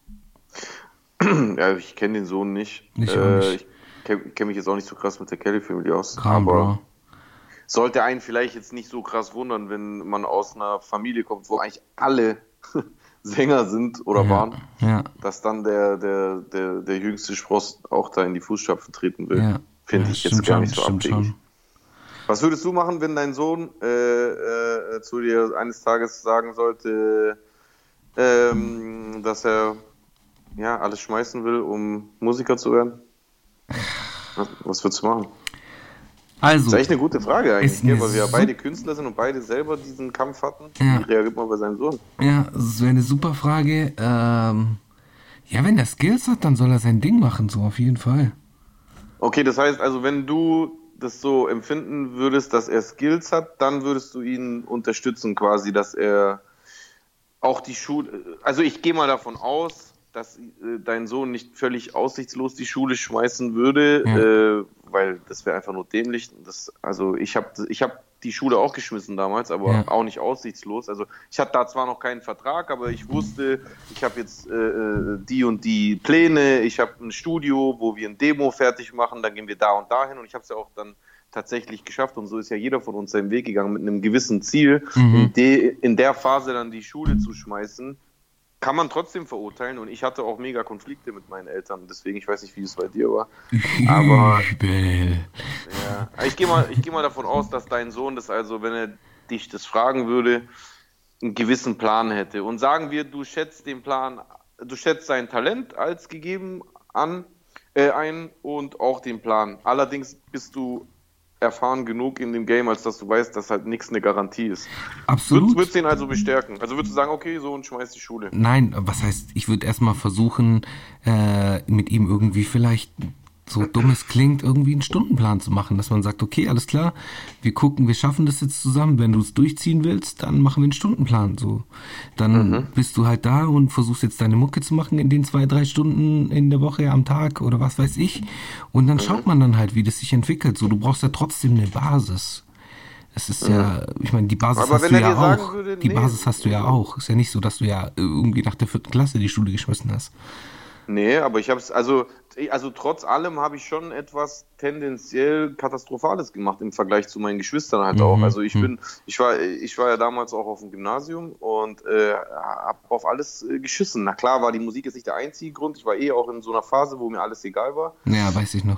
Ja, ich kenne den Sohn nicht. Ich auch äh, nicht. Ich kenne kenn mich jetzt auch nicht so krass mit der Kelly Family aus. Kram, aber Bro. sollte einen vielleicht jetzt nicht so krass wundern, wenn man aus einer Familie kommt, wo eigentlich alle Sänger sind oder Ja, waren, ja, dass dann der, der, der, der jüngste Spross auch da in die Fußstapfen treten will. ja. Finde Ja, ich jetzt stimmt gar schon, nicht so stimmt abwegig. schon. Was würdest du machen, wenn dein Sohn äh, äh, zu dir eines Tages sagen sollte, ähm, dass er ja alles schmeißen will, um Musiker zu werden? Was, was würdest du machen? Also, Das ist echt eine gute Frage eigentlich, Ist gell? eine Weil wir ja sup- beide Künstler sind und beide selber diesen Kampf hatten. Ja. Wie reagiert man bei seinem Sohn? ja, das wäre eine super Frage. Ähm, ja, wenn er Skills hat, dann soll er sein Ding machen, so auf jeden Fall. Okay, das heißt also, wenn du das so empfinden würdest, dass er Skills hat, dann würdest du ihn unterstützen quasi, dass er auch die Schule, also ich gehe mal davon aus, dass äh, dein Sohn nicht völlig aussichtslos die Schule schmeißen würde, Ja. äh, weil das wäre einfach nur dämlich. Das, also ich habe ich hab die Schule auch geschmissen damals, aber Ja. auch nicht aussichtslos. Also ich hatte da zwar noch keinen Vertrag, aber ich wusste, ich habe jetzt äh, äh, die und die Pläne, ich habe ein Studio, wo wir ein Demo fertig machen, dann gehen wir da und dahin und ich habe es ja auch dann tatsächlich geschafft und so ist ja jeder von uns seinen Weg gegangen mit einem gewissen Ziel, Mhm. in, de, in der Phase dann die Schule zu schmeißen, kann man trotzdem verurteilen und ich hatte auch mega Konflikte mit meinen Eltern, deswegen, ich weiß nicht, wie es bei dir war, aber Übel. ja, ich gehe mal, ich gehe mal davon aus, dass dein Sohn das also, wenn er dich das fragen würde, einen gewissen Plan hätte und sagen wir, du schätzt den Plan, du schätzt sein Talent als gegeben an, äh, ein und auch den Plan. Allerdings bist du erfahren genug in dem Game, als dass du weißt, dass halt nichts eine Garantie ist. Absolut. Würdest du ihn also bestärken? Also würdest du sagen, okay, so und schmeiß die Schule? Nein, was heißt, ich würde erstmal versuchen, äh, mit ihm irgendwie vielleicht, so dumm es klingt, irgendwie einen Stundenplan zu machen, dass man sagt, okay, alles klar, wir gucken, wir schaffen das jetzt zusammen, wenn du es durchziehen willst, dann machen wir einen Stundenplan, so. Dann Mhm. bist du halt da und versuchst jetzt deine Mucke zu machen in den zwei, drei Stunden in der Woche, am Tag oder was weiß ich, und dann schaut man dann halt, wie das sich entwickelt, so, du brauchst ja trotzdem eine Basis. Es ist ja, ich meine, die Basis Aber hast wenn du er ja dir sagen auch. würde, Die nee. Basis hast du ja auch. Ist ja nicht so, dass du ja irgendwie nach der vierten Klasse die Schule geschmissen hast. Nee, aber ich habe es, also, also trotz allem habe ich schon etwas tendenziell Katastrophales gemacht im Vergleich zu meinen Geschwistern halt Mhm, auch. Also ich mhm. bin, ich war, ich war ja damals auch auf dem Gymnasium und äh, habe auf alles äh, geschissen. Na klar, war die Musik jetzt nicht der einzige Grund. Ich war eh auch in so einer Phase, wo mir alles egal war. Ja, weiß ich noch.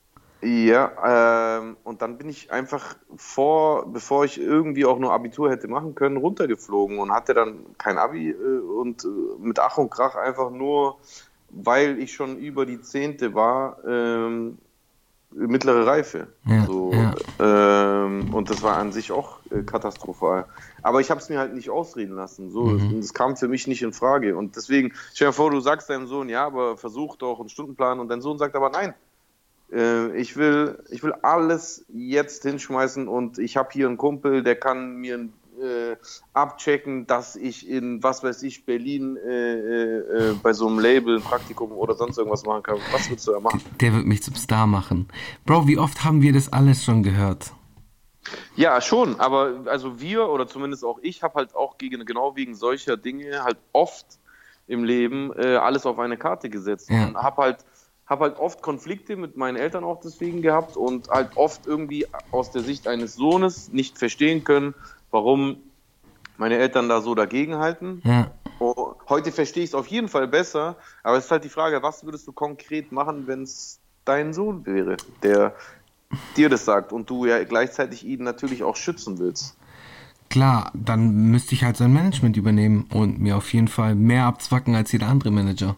Ja, ähm, und dann bin ich einfach vor, bevor ich irgendwie auch nur Abitur hätte machen können, runtergeflogen und hatte dann kein Abi äh, und äh, mit Ach und Krach einfach nur, weil ich schon über die Zehnte war, ähm, mittlere Reife. Ja, So, ja. ähm, und das war an sich auch äh, katastrophal. Aber ich habe es mir halt nicht ausreden lassen. So, Mhm. das kam für mich nicht in Frage. Und deswegen, stell dir vor, du sagst deinem Sohn, ja, aber versuch doch einen Stundenplan. Und dein Sohn sagt aber nein. Äh, ich will, ich will alles jetzt hinschmeißen und ich habe hier einen Kumpel, der kann mir äh, abchecken, dass ich in, was weiß ich, Berlin äh, äh, äh, bei so einem Label ein Praktikum oder sonst irgendwas machen kann. Was würdest du da machen? Der wird mich zum Star machen. Bro, wie oft haben wir das alles schon gehört? Ja, schon, aber also wir oder zumindest auch ich habe halt auch gegen, genau wegen solcher Dinge halt oft im Leben äh, alles auf eine Karte gesetzt Ja. und habe halt habe halt oft Konflikte mit meinen Eltern auch deswegen gehabt und halt oft irgendwie aus der Sicht eines Sohnes nicht verstehen können, warum meine Eltern da so dagegen halten. Ja. Oh, heute verstehe ich es auf jeden Fall besser, aber es ist halt die Frage, was würdest du konkret machen, wenn es dein Sohn wäre, der dir das sagt und du ja gleichzeitig ihn natürlich auch schützen willst. Klar, dann müsste ich halt sein Management übernehmen und mir auf jeden Fall mehr abzwacken als jeder andere Manager.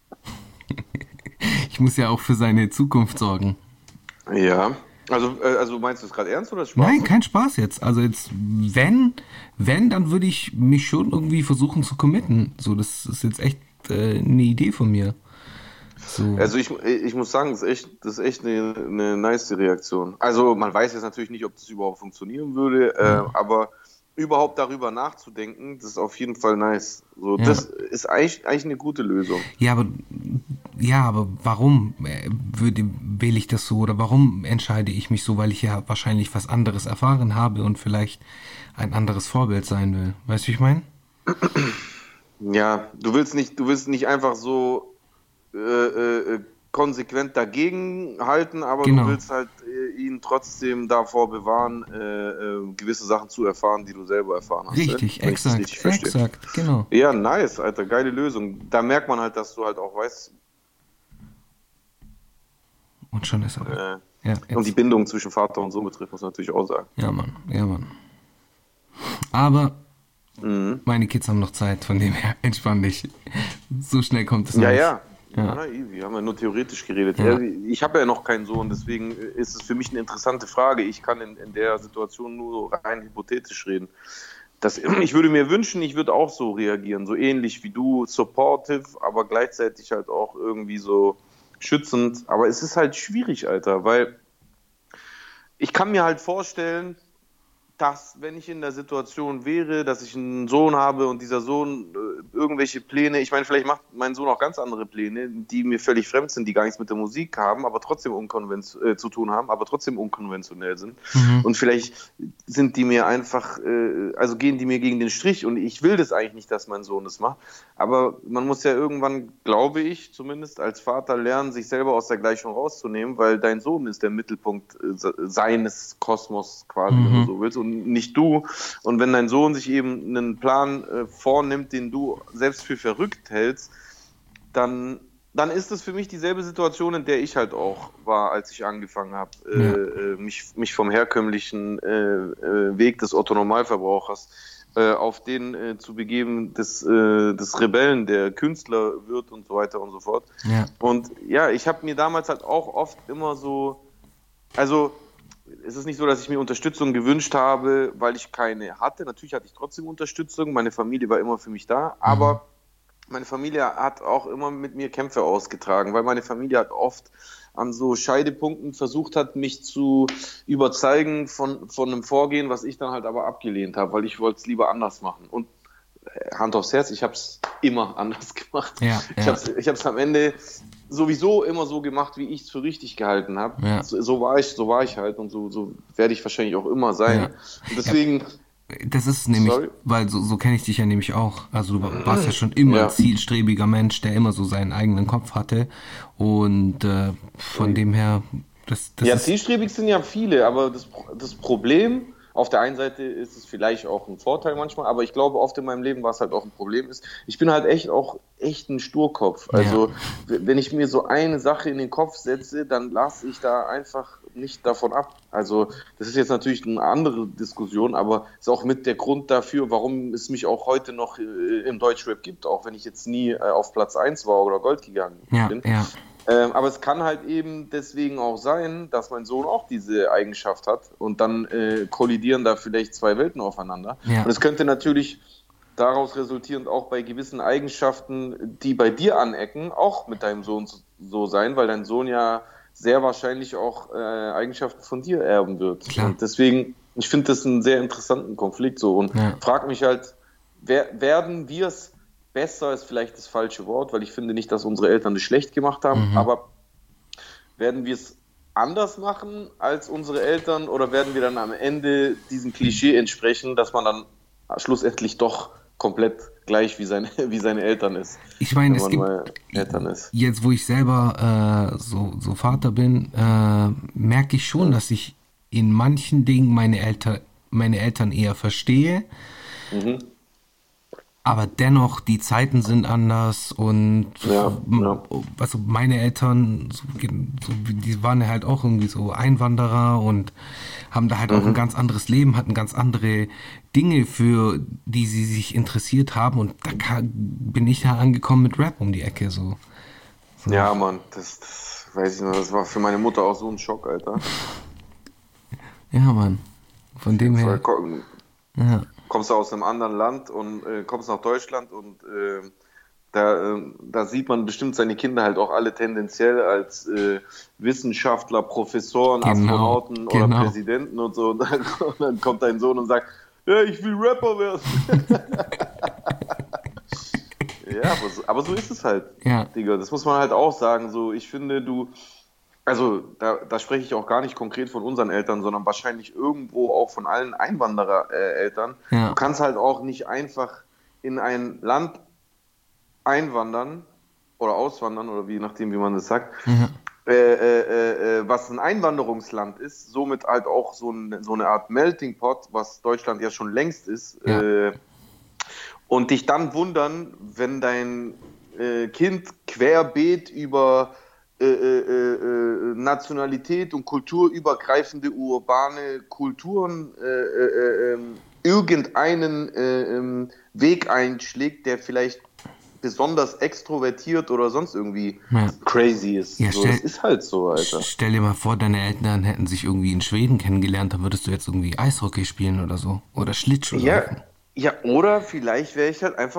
Ich muss ja auch für seine Zukunft sorgen. Ja, also, äh, also meinst du es gerade ernst oder Spaß? Nein, kein Spaß jetzt. Also jetzt, wenn, wenn, dann würde ich mich schon irgendwie versuchen zu committen. So, das ist jetzt echt äh, eine Idee von mir. So. Also ich, ich muss sagen, das ist echt, das ist echt eine, eine nice Reaktion. Also man weiß jetzt natürlich nicht, ob das überhaupt funktionieren würde, äh, Mhm. aber überhaupt darüber nachzudenken, das ist auf jeden Fall nice. So, Ja. das ist eigentlich, eigentlich eine gute Lösung. Ja, aber ja, aber warum äh, würde, wähle ich das so oder warum entscheide ich mich so, weil ich ja wahrscheinlich was anderes erfahren habe und vielleicht ein anderes Vorbild sein will. Weißt du, wie ich meine? Ja, du willst nicht, du willst nicht einfach so äh, äh, konsequent dagegen halten, aber Genau. du willst halt äh, ihn trotzdem davor bewahren, äh, äh, gewisse Sachen zu erfahren, die du selber erfahren hast. Richtig, äh? Wenn ich das exakt, richtig verstehe. exakt, genau. Ja, nice, Alter, geile Lösung. Da merkt man halt, dass du halt auch weißt, Und schon ist er. äh, Ja, und die jetzt. Bindung zwischen Vater und Sohn betrifft, muss man natürlich auch sagen. Ja, Mann, ja, Mann. Aber Mhm. meine Kids haben noch Zeit, von dem her entspann dich. So schnell kommt es Ja, nicht. ja. Ja. Ja, na, wir haben ja nur theoretisch geredet. Ja. Ja. Ich habe ja noch keinen Sohn, deswegen ist es für mich eine interessante Frage. Ich kann in, in der Situation nur rein hypothetisch reden. Das, ich würde mir wünschen, ich würde auch so reagieren, so ähnlich wie du, supportive, aber gleichzeitig halt auch irgendwie so schützend. Aber es ist halt schwierig, Alter, weil ich kann mir halt vorstellen, dass, wenn ich in der Situation wäre, dass ich einen Sohn habe und dieser Sohn äh, irgendwelche Pläne, ich meine, vielleicht macht mein Sohn auch ganz andere Pläne, die mir völlig fremd sind, die gar nichts mit der Musik haben, aber trotzdem unkonvenz- äh, zu tun haben, aber trotzdem unkonventionell sind. Mhm. Und vielleicht sind die mir einfach, äh, also gehen die mir gegen den Strich und ich will das eigentlich nicht, dass mein Sohn das macht. Aber man muss ja irgendwann, glaube ich, zumindest als Vater lernen, sich selber aus der Gleichung rauszunehmen, weil dein Sohn ist der Mittelpunkt äh, seines Kosmos quasi, mhm. wenn du so willst. Und nicht du. Und wenn dein Sohn sich eben einen Plan äh, vornimmt, den du selbst für verrückt hältst, dann, dann ist es für mich dieselbe Situation, in der ich halt auch war, als ich angefangen habe, äh, ja. äh, mich, mich vom herkömmlichen äh, äh, Weg des Otto-Normalverbrauchers äh, auf den äh, zu begeben, des, äh, des Rebellen, der Künstler wird und so weiter und so fort. Ja. Und ja, ich habe mir damals halt auch oft immer so, also es ist nicht so, dass ich mir Unterstützung gewünscht habe, weil ich keine hatte. Natürlich hatte ich trotzdem Unterstützung. Meine Familie war immer für mich da. Aber mhm. meine Familie hat auch immer mit mir Kämpfe ausgetragen, weil meine Familie hat oft an so Scheidepunkten versucht hat, mich zu überzeugen von, von einem Vorgehen, was ich dann halt aber abgelehnt habe, weil ich wollte es lieber anders machen. Und Hand aufs Herz, ich habe es immer anders gemacht. Ja, ich ja. habe es am Ende sowieso immer so gemacht, wie ich es für richtig gehalten habe. Ja. So, so war ich, so war ich halt und so, so werde ich wahrscheinlich auch immer sein. Ja. Und deswegen. Ja, das ist nämlich, sorry? weil so, so kenne ich dich ja nämlich auch. Also du warst ja schon immer ja. ein zielstrebiger Mensch, der immer so seinen eigenen Kopf hatte. Und äh, von okay. dem her, das, das ja, ist zielstrebig sind ja viele, aber das, das Problem. Auf der einen Seite ist es vielleicht auch ein Vorteil manchmal, aber ich glaube, oft in meinem Leben, was halt auch ein Problem ist, ich bin halt echt auch echt ein Sturkopf. Also ja. wenn ich mir so eine Sache in den Kopf setze, dann lasse ich da einfach nicht davon ab. Also das ist jetzt natürlich eine andere Diskussion, aber ist auch mit der Grund dafür, warum es mich auch heute noch im Deutschrap gibt, auch wenn ich jetzt nie auf Platz eins war oder Gold gegangen ja, bin. Ja. Ähm, aber es kann halt eben deswegen auch sein, dass mein Sohn auch diese Eigenschaft hat und dann äh, kollidieren da vielleicht zwei Welten aufeinander. Ja. Und es könnte natürlich daraus resultierend auch bei gewissen Eigenschaften, die bei dir anecken, auch mit deinem Sohn so sein, weil dein Sohn ja sehr wahrscheinlich auch äh, Eigenschaften von dir erben wird. Klar. Und deswegen, ich finde das einen sehr interessanten Konflikt so und ja. frage mich halt, wer, werden wir es besser ist vielleicht das falsche Wort, weil ich finde nicht, dass unsere Eltern das schlecht gemacht haben, mhm. aber werden wir es anders machen als unsere Eltern oder werden wir dann am Ende diesem Klischee entsprechen, dass man dann schlussendlich doch komplett gleich wie seine, wie seine Eltern ist? Ich meine, es gibt, Eltern ist. Jetzt wo ich selber äh, so, so Vater bin, äh, merke ich schon, mhm. dass ich in manchen Dingen meine Eltern, meine Eltern eher verstehe, mhm. aber dennoch, die Zeiten sind anders und ja, ja. also meine Eltern, so, so, die waren ja halt auch irgendwie so Einwanderer und haben da halt mhm. auch ein ganz anderes Leben, hatten ganz andere Dinge, für die sie sich interessiert haben und da kann, bin ich ja angekommen mit Rap um die Ecke. So. so. Ja, Mann, das, das weiß ich noch, das war für meine Mutter auch so ein Schock, Alter. Ja, Mann, von dem her. Ja. Kommst du aus einem anderen Land und äh, kommst nach Deutschland und äh, da, äh, da sieht man bestimmt seine Kinder halt auch alle tendenziell als äh, Wissenschaftler, Professoren, genau, Astronauten genau. oder Präsidenten und so. Und dann, und dann kommt dein Sohn und sagt, ja, ich will Rapper werden. Ja, aber so, aber so ist es halt, ja. Digga. Das muss man halt auch sagen. So, ich finde, du... Also da, da spreche ich auch gar nicht konkret von unseren Eltern, sondern wahrscheinlich irgendwo auch von allen Einwanderer-Eltern. Ja. Du kannst halt auch nicht einfach in ein Land einwandern oder auswandern oder je nachdem, wie man das sagt, ja. äh, äh, äh, was ein Einwanderungsland ist, somit halt auch so, ein, so eine Art Melting Pot, was Deutschland ja schon längst ist, ja. äh, und dich dann wundern, wenn dein äh, Kind querbeet über Äh, äh, äh, Nationalität und kulturübergreifende urbane Kulturen äh, äh, äh, irgendeinen äh, äh, Weg einschlägt, der vielleicht besonders extrovertiert oder sonst irgendwie ja. crazy ist. Ja, so, stell, das ist halt so, Alter. Stell dir mal vor, deine Eltern hätten sich irgendwie in Schweden kennengelernt, dann würdest du jetzt irgendwie Eishockey spielen oder so. Oder Schlittschuh ja, laufen. ja, oder vielleicht wäre ich halt einfach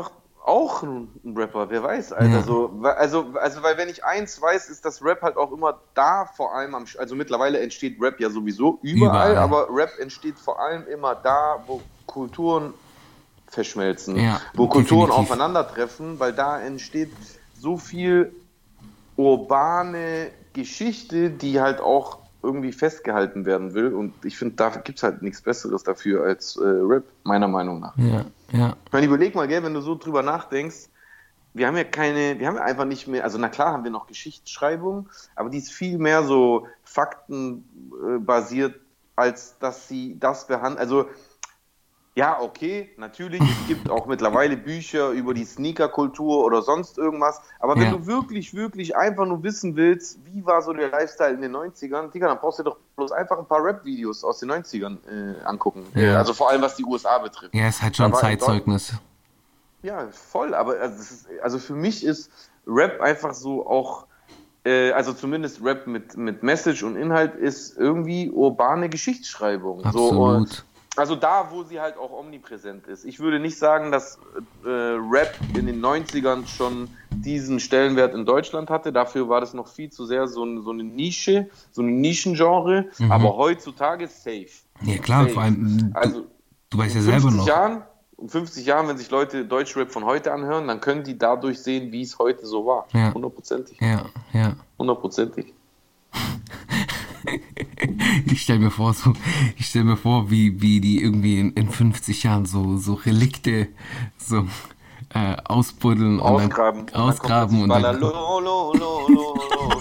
auch ein Rapper, wer weiß, Alter. Ja. So, also, also, weil wenn ich eins weiß, ist, dass Rap halt auch immer da vor allem am, also mittlerweile entsteht Rap ja sowieso überall, Überall. aber Rap entsteht vor allem immer da, wo Kulturen verschmelzen, Ja, wo Kulturen definitiv. aufeinandertreffen, weil da entsteht so viel urbane Geschichte, die halt auch irgendwie festgehalten werden will, und ich finde, da gibt es halt nichts Besseres dafür als äh, Rap, meiner Meinung nach. Ja, ja. Ich meine, überleg mal, gell, wenn du so drüber nachdenkst, wir haben ja keine, wir haben ja einfach nicht mehr, also na klar haben wir noch Geschichtsschreibung, aber die ist viel mehr so faktenbasiert, als dass sie das behandelt, also ja, okay, natürlich, es gibt auch mittlerweile Bücher über die Sneaker-Kultur oder sonst irgendwas, aber wenn Ja. du wirklich, wirklich einfach nur wissen willst, wie war so der Lifestyle in den neunzigern, Digga, dann brauchst du doch bloß einfach ein paar Rap-Videos aus den neunzigern äh, angucken, Ja. äh, also vor allem was die U S A betrifft. Ja, ist halt schon Da war in Zeitzeugnis. Ja, voll, aber also, es ist, also für mich ist Rap einfach so auch, äh, also zumindest Rap mit, mit Message und Inhalt ist irgendwie urbane Geschichtsschreibung. So, Absolut. und, also da, wo sie halt auch omnipräsent ist. Ich würde nicht sagen, dass äh, Rap in den neunzigern schon diesen Stellenwert in Deutschland hatte. Dafür war das noch viel zu sehr so, ein, so eine Nische, so ein Nischengenre, Mhm. aber heutzutage safe. Ja, klar, Safe. vor allem, du, Also du weißt ja in selber fünfzig noch. Jahren, um fünfzig Jahren, wenn sich Leute Deutschrap von heute anhören, dann können die dadurch sehen, wie es heute so war. Ja. Hundertprozentig. Ja, ja. Hundertprozentig. Ich stelle mir vor, so, ich stell mir vor, wie, wie die irgendwie in, in fünfzig Jahren so, so Relikte so äh, ausbuddeln und Ausgraben. dann ausgraben und dann. dann, Lo, lo, lo, lo, lo.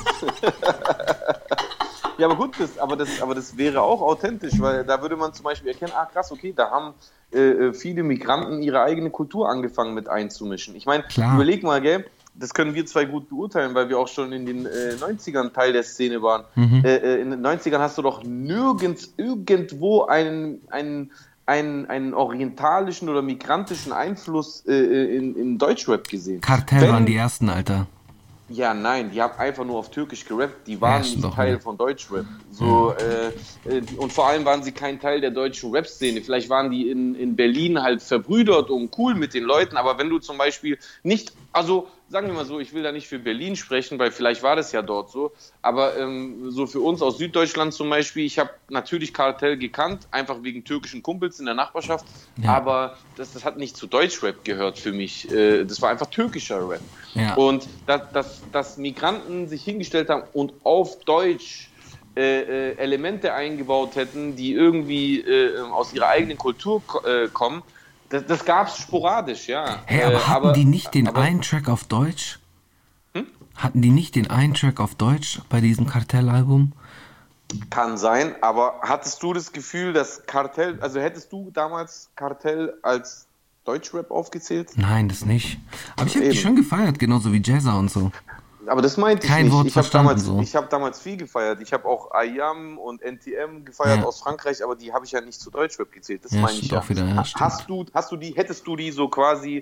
Ja, aber gut, das, aber, das, aber das wäre auch authentisch, weil da würde man zum Beispiel erkennen, ah krass, okay, da haben äh, viele Migranten ihre eigene Kultur angefangen mit einzumischen. Ich meine, Klar. überleg mal, gell, das können wir zwei gut beurteilen, weil wir auch schon in den äh, neunzigern Teil der Szene waren. Mhm. Äh, äh, in den neunzigern hast du doch nirgends irgendwo einen, einen, einen, einen orientalischen oder migrantischen Einfluss äh, in, in Deutschrap gesehen. Kartell Wenn- waren die ersten, Alter. Ja, nein, die haben einfach nur auf Türkisch gerappt, die waren Ja, stimmt nicht doch Teil wieder. von Deutschrap. So, äh, äh, die- und vor allem waren sie kein Teil der deutschen Rap-Szene. Vielleicht waren die in, in Berlin halt verbrüdert und cool mit den Leuten, aber wenn du zum Beispiel nicht, also sagen wir mal so, ich will da nicht für Berlin sprechen, weil vielleicht war das ja dort so, aber ähm, so für uns aus Süddeutschland zum Beispiel, ich habe natürlich Kartell gekannt, einfach wegen türkischen Kumpels in der Nachbarschaft, Ja. aber das, das hat nicht zu Deutschrap gehört für mich. Äh, das war einfach türkischer Rap. Ja. Und dass, dass, dass Migranten sich hingestellt haben und auf Deutsch äh, äh, Elemente eingebaut hätten, die irgendwie äh, aus ihrer eigenen Kultur ko- äh, kommen, das, das gab es sporadisch, ja. Hey, aber Äh, hatten die nicht den aber- einen Track auf Deutsch? Hm? Hatten die nicht den einen Track auf Deutsch bei diesem Kartellalbum? Kann sein, aber hattest du das Gefühl, dass Kartell, also hättest du damals Kartell als Deutschrap aufgezählt? Nein, das nicht. Aber ich habe die Eben. schon gefeiert, genauso wie Jazza und so. Aber das meinte ich Kein nicht. Wort ich habe verstanden, damals, so. ich hab damals viel gefeiert. Ich habe auch I A M und N T M gefeiert Ja. aus Frankreich, aber die habe ich ja nicht zu Deutschrap gezählt. Das Ja, meine ich stimmt ja. auch wieder, ja, Ha- stimmt. hast du, hast du die, hättest du die so quasi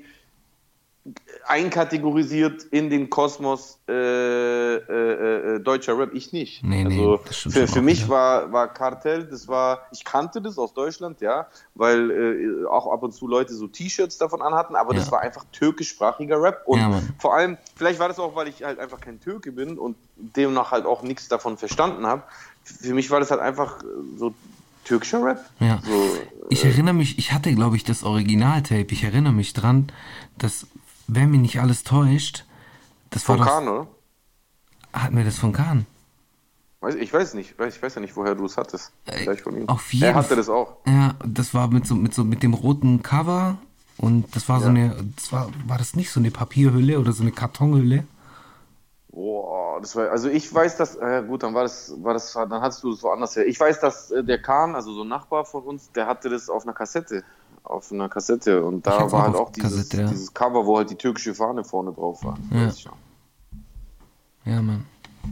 einkategorisiert in den Kosmos äh, äh, äh, deutscher Rap? Ich nicht. Nee, nee, also das stimmt für, schon für auch mich wieder. war, war Kartell, das war, ich kannte das aus Deutschland, ja, weil äh, auch ab und zu Leute so T-Shirts davon anhatten, aber Ja. das war einfach türkischsprachiger Rap und Ja, Mann. vor allem, vielleicht war das auch, weil ich halt einfach kein Türke bin und demnach halt auch nichts davon verstanden habe. Für mich war das halt einfach äh, so türkischer Rap. Ja. So, Ich erinnere mich, ich hatte, glaube ich, das Originaltape. Ich erinnere mich dran, dass, wenn mich nicht alles täuscht, das war von doch, Kahn, oder? hatten wir das von Kahn? Weiß, ich weiß nicht, ich weiß ja nicht, woher du es hattest. Vielleicht von ihm. auf jeden Er hatte F- das auch. Ja, das war mit so, mit so, mit dem roten Cover und das war so Ja. eine, das war, war das nicht so eine Papierhülle oder so eine Kartonhülle? Boah, das war, also ich weiß, dass, äh, gut, dann war das, war das, dann hattest du das woanders her. Ich weiß, dass äh, der Kahn, also so ein Nachbar von uns, der hatte das auf einer Kassette, auf einer Kassette und Ich da hab's war auch halt auf auch dieses, Kassette, ja. dieses Cover, wo halt die türkische Fahne vorne drauf war. Ja. Weiß ich noch. Ja, Mann.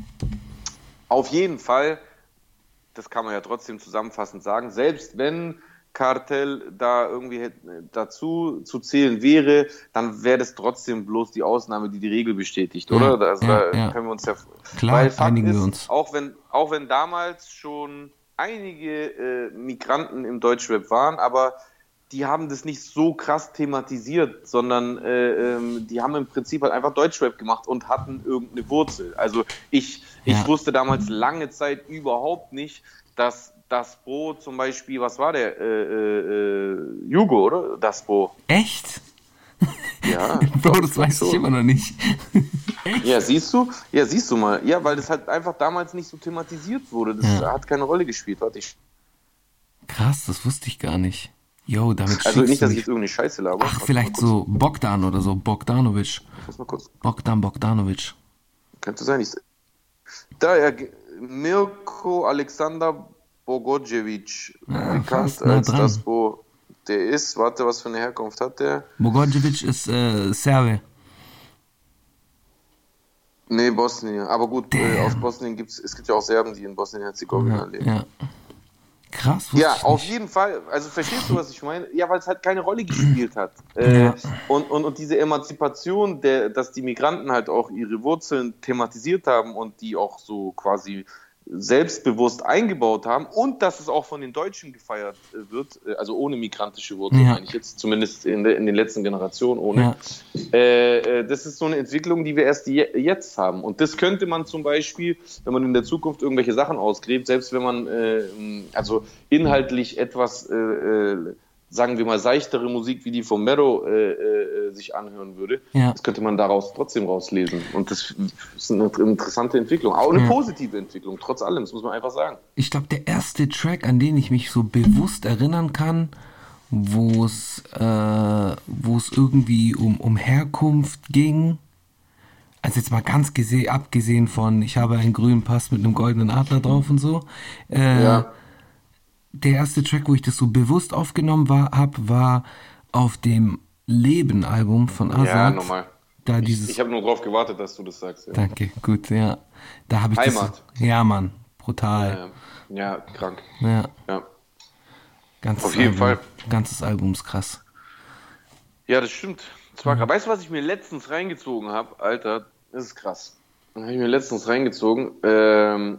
Auf jeden Fall, das kann man ja trotzdem zusammenfassend sagen, selbst wenn Kartell da irgendwie hätte- dazu zu zählen wäre, dann wäre das trotzdem bloß die Ausnahme, die die Regel bestätigt, Ja, oder? Also ja, da ja. können wir uns ja... Klar, weil Fakt einigen ist, wir uns. Auch wenn, auch wenn damals schon einige äh, Migranten im Deutschrap waren, aber die haben das nicht so krass thematisiert, sondern äh, ähm, die haben im Prinzip halt einfach Deutschrap gemacht und hatten irgendeine Wurzel. Also ich, ich Ja. wusste damals lange Zeit überhaupt nicht, dass Das Bo zum Beispiel, was war der? Äh, äh, äh, Jugo, oder? Das Bo. Echt? Ja. Bro, das weiß ich immer noch nicht. Echt? Ja, siehst du? Ja, siehst du mal. Ja, weil das halt einfach damals nicht so thematisiert wurde. Das Ja. hat keine Rolle gespielt. Warte, ich. Krass, das wusste ich gar nicht. Yo, damit Also schickst nicht, du dass ich mich. jetzt irgendeine Scheiße laber. Ach, Warte vielleicht mal kurz. so Bogdan oder so. Bogdanovic. Ich muss mal kurz. Bogdan Bogdanovic. Könnte sein. Ich, da, ja, Mirko Alexander Bogojevic, Ja, bekannt fast nah als dran. Das Bo. Der ist, warte, was für eine Herkunft hat der? Bogojevic ist äh, Serbe. Nee, Bosnien. Aber gut, äh, Damn. aus Bosnien gibt es, es gibt ja auch Serben, die in Bosnien-Herzegowina Ja, leben. ja. Krass, wusste Ja, ich auf nicht. jeden Fall. Also verstehst du, was ich meine? Ja, weil es halt keine Rolle gespielt hat. Äh, Ja. und, und, und diese Emanzipation, der, dass die Migranten halt auch ihre Wurzeln thematisiert haben und die auch so quasi selbstbewusst eingebaut haben und dass es auch von den Deutschen gefeiert äh, wird, äh, also ohne migrantische Wurzeln, Ja. meine ich jetzt, zumindest in, der, in den letzten Generationen ohne. Ja. Äh, äh, das ist so eine Entwicklung, die wir erst je, jetzt haben. Und das könnte man zum Beispiel, wenn man in der Zukunft irgendwelche Sachen ausgräbt, selbst wenn man äh, also inhaltlich etwas, äh, äh, sagen wir mal, seichtere Musik wie die von Mero äh, äh, sich anhören würde, Ja. das könnte man daraus trotzdem rauslesen. Und das ist eine interessante Entwicklung. Auch eine Ja. positive Entwicklung, trotz allem, das muss man einfach sagen. Ich glaube, der erste Track, an den ich mich so bewusst erinnern kann, wo es äh, wo es irgendwie um, um Herkunft ging, also jetzt mal ganz gese- abgesehen von, ich habe einen grünen Pass mit einem goldenen Adler drauf und so, äh, Ja. der erste Track, wo ich das so bewusst aufgenommen war, hab, war auf dem Leben-Album von Azad. Ja, normal. Da Ich, dieses, ich habe nur darauf gewartet, dass du das sagst. Ja, danke, gut, ja. Da habe ich Heimat. das. Ja, Mann, brutal. ja, ja krank. Ja, Ja. ganzes Auf jeden Album, Fall. ganzes Album ist krass. Ja, das stimmt. Das war krass. Weißt du, was ich mir letztens reingezogen habe? Alter, das ist krass. Dann habe ich mir letztens reingezogen. Ähm,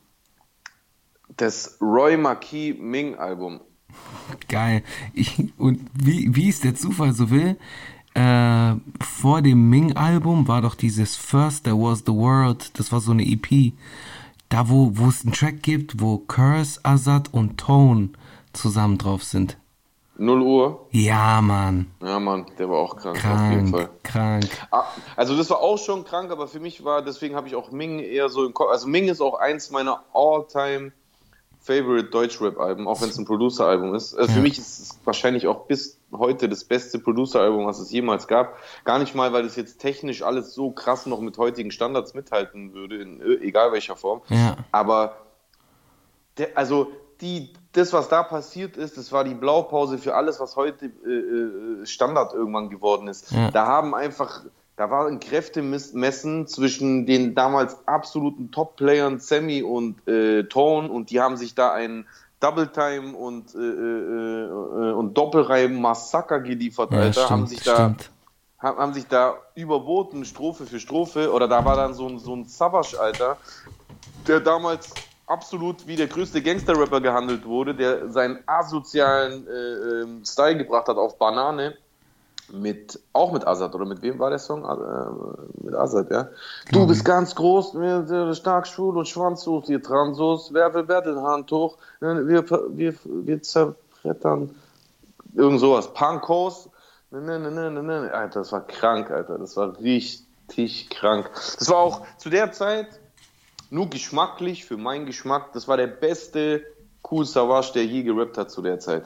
das Roy Marquis Ming Album. Geil. Ich, und wie, wie es der Zufall so will, äh, vor dem Ming-Album war doch dieses First There Was the World, das war so eine E P, da wo, wo es einen Track gibt, wo Curse, Azad und Tone zusammen drauf sind. null Uhr. Ja, Mann. Ja, Mann, der war auch krank, auf jeden Fall. Krank, krank. Ah, also das war auch schon krank, aber für mich war, deswegen habe ich auch Ming eher so im Kopf. Also Ming ist auch eins meiner all-time favorite Deutschrap-Alben, auch wenn es ein Producer-Album ist. Also Ja. für mich ist es wahrscheinlich auch bis heute das beste Producer-Album, was es jemals gab. Gar nicht mal, weil es jetzt technisch alles so krass noch mit heutigen Standards mithalten würde, in egal welcher Form. Ja. Aber der, also die, das, was da passiert ist, das war die Blaupause für alles, was heute äh, Standard irgendwann geworden ist. Ja. Da haben einfach, da war ein Kräftemessen zwischen den damals absoluten Top-Playern Sammy und äh, Tone und die haben sich da einen Double Time und, äh, äh, und Doppelreim Massaker geliefert, Ja, Alter. stimmt, haben sich da stimmt. haben, haben sich da überboten, Strophe für Strophe, oder da war dann so ein, so ein Savage, Alter, der damals absolut wie der größte Gangster-Rapper gehandelt wurde, der seinen asozialen äh, ähm, Style gebracht hat auf Banane, mit, auch mit Azad, oder mit wem war der Song? Äh, mit Azad, ja. Du bist ganz groß, wir, stark, schwul und schwanzlos, ihr Transos, wer will wer den Hand hoch, wir, wir, wir zerbrettern, irgend sowas, Punkos, ne, ne, ne, ne, ne. Alter, das war krank, Alter, das war richtig krank. Das war auch zu der Zeit nur geschmacklich, für meinen Geschmack, das war der beste Kool Savas, der je gerappt hat zu der Zeit.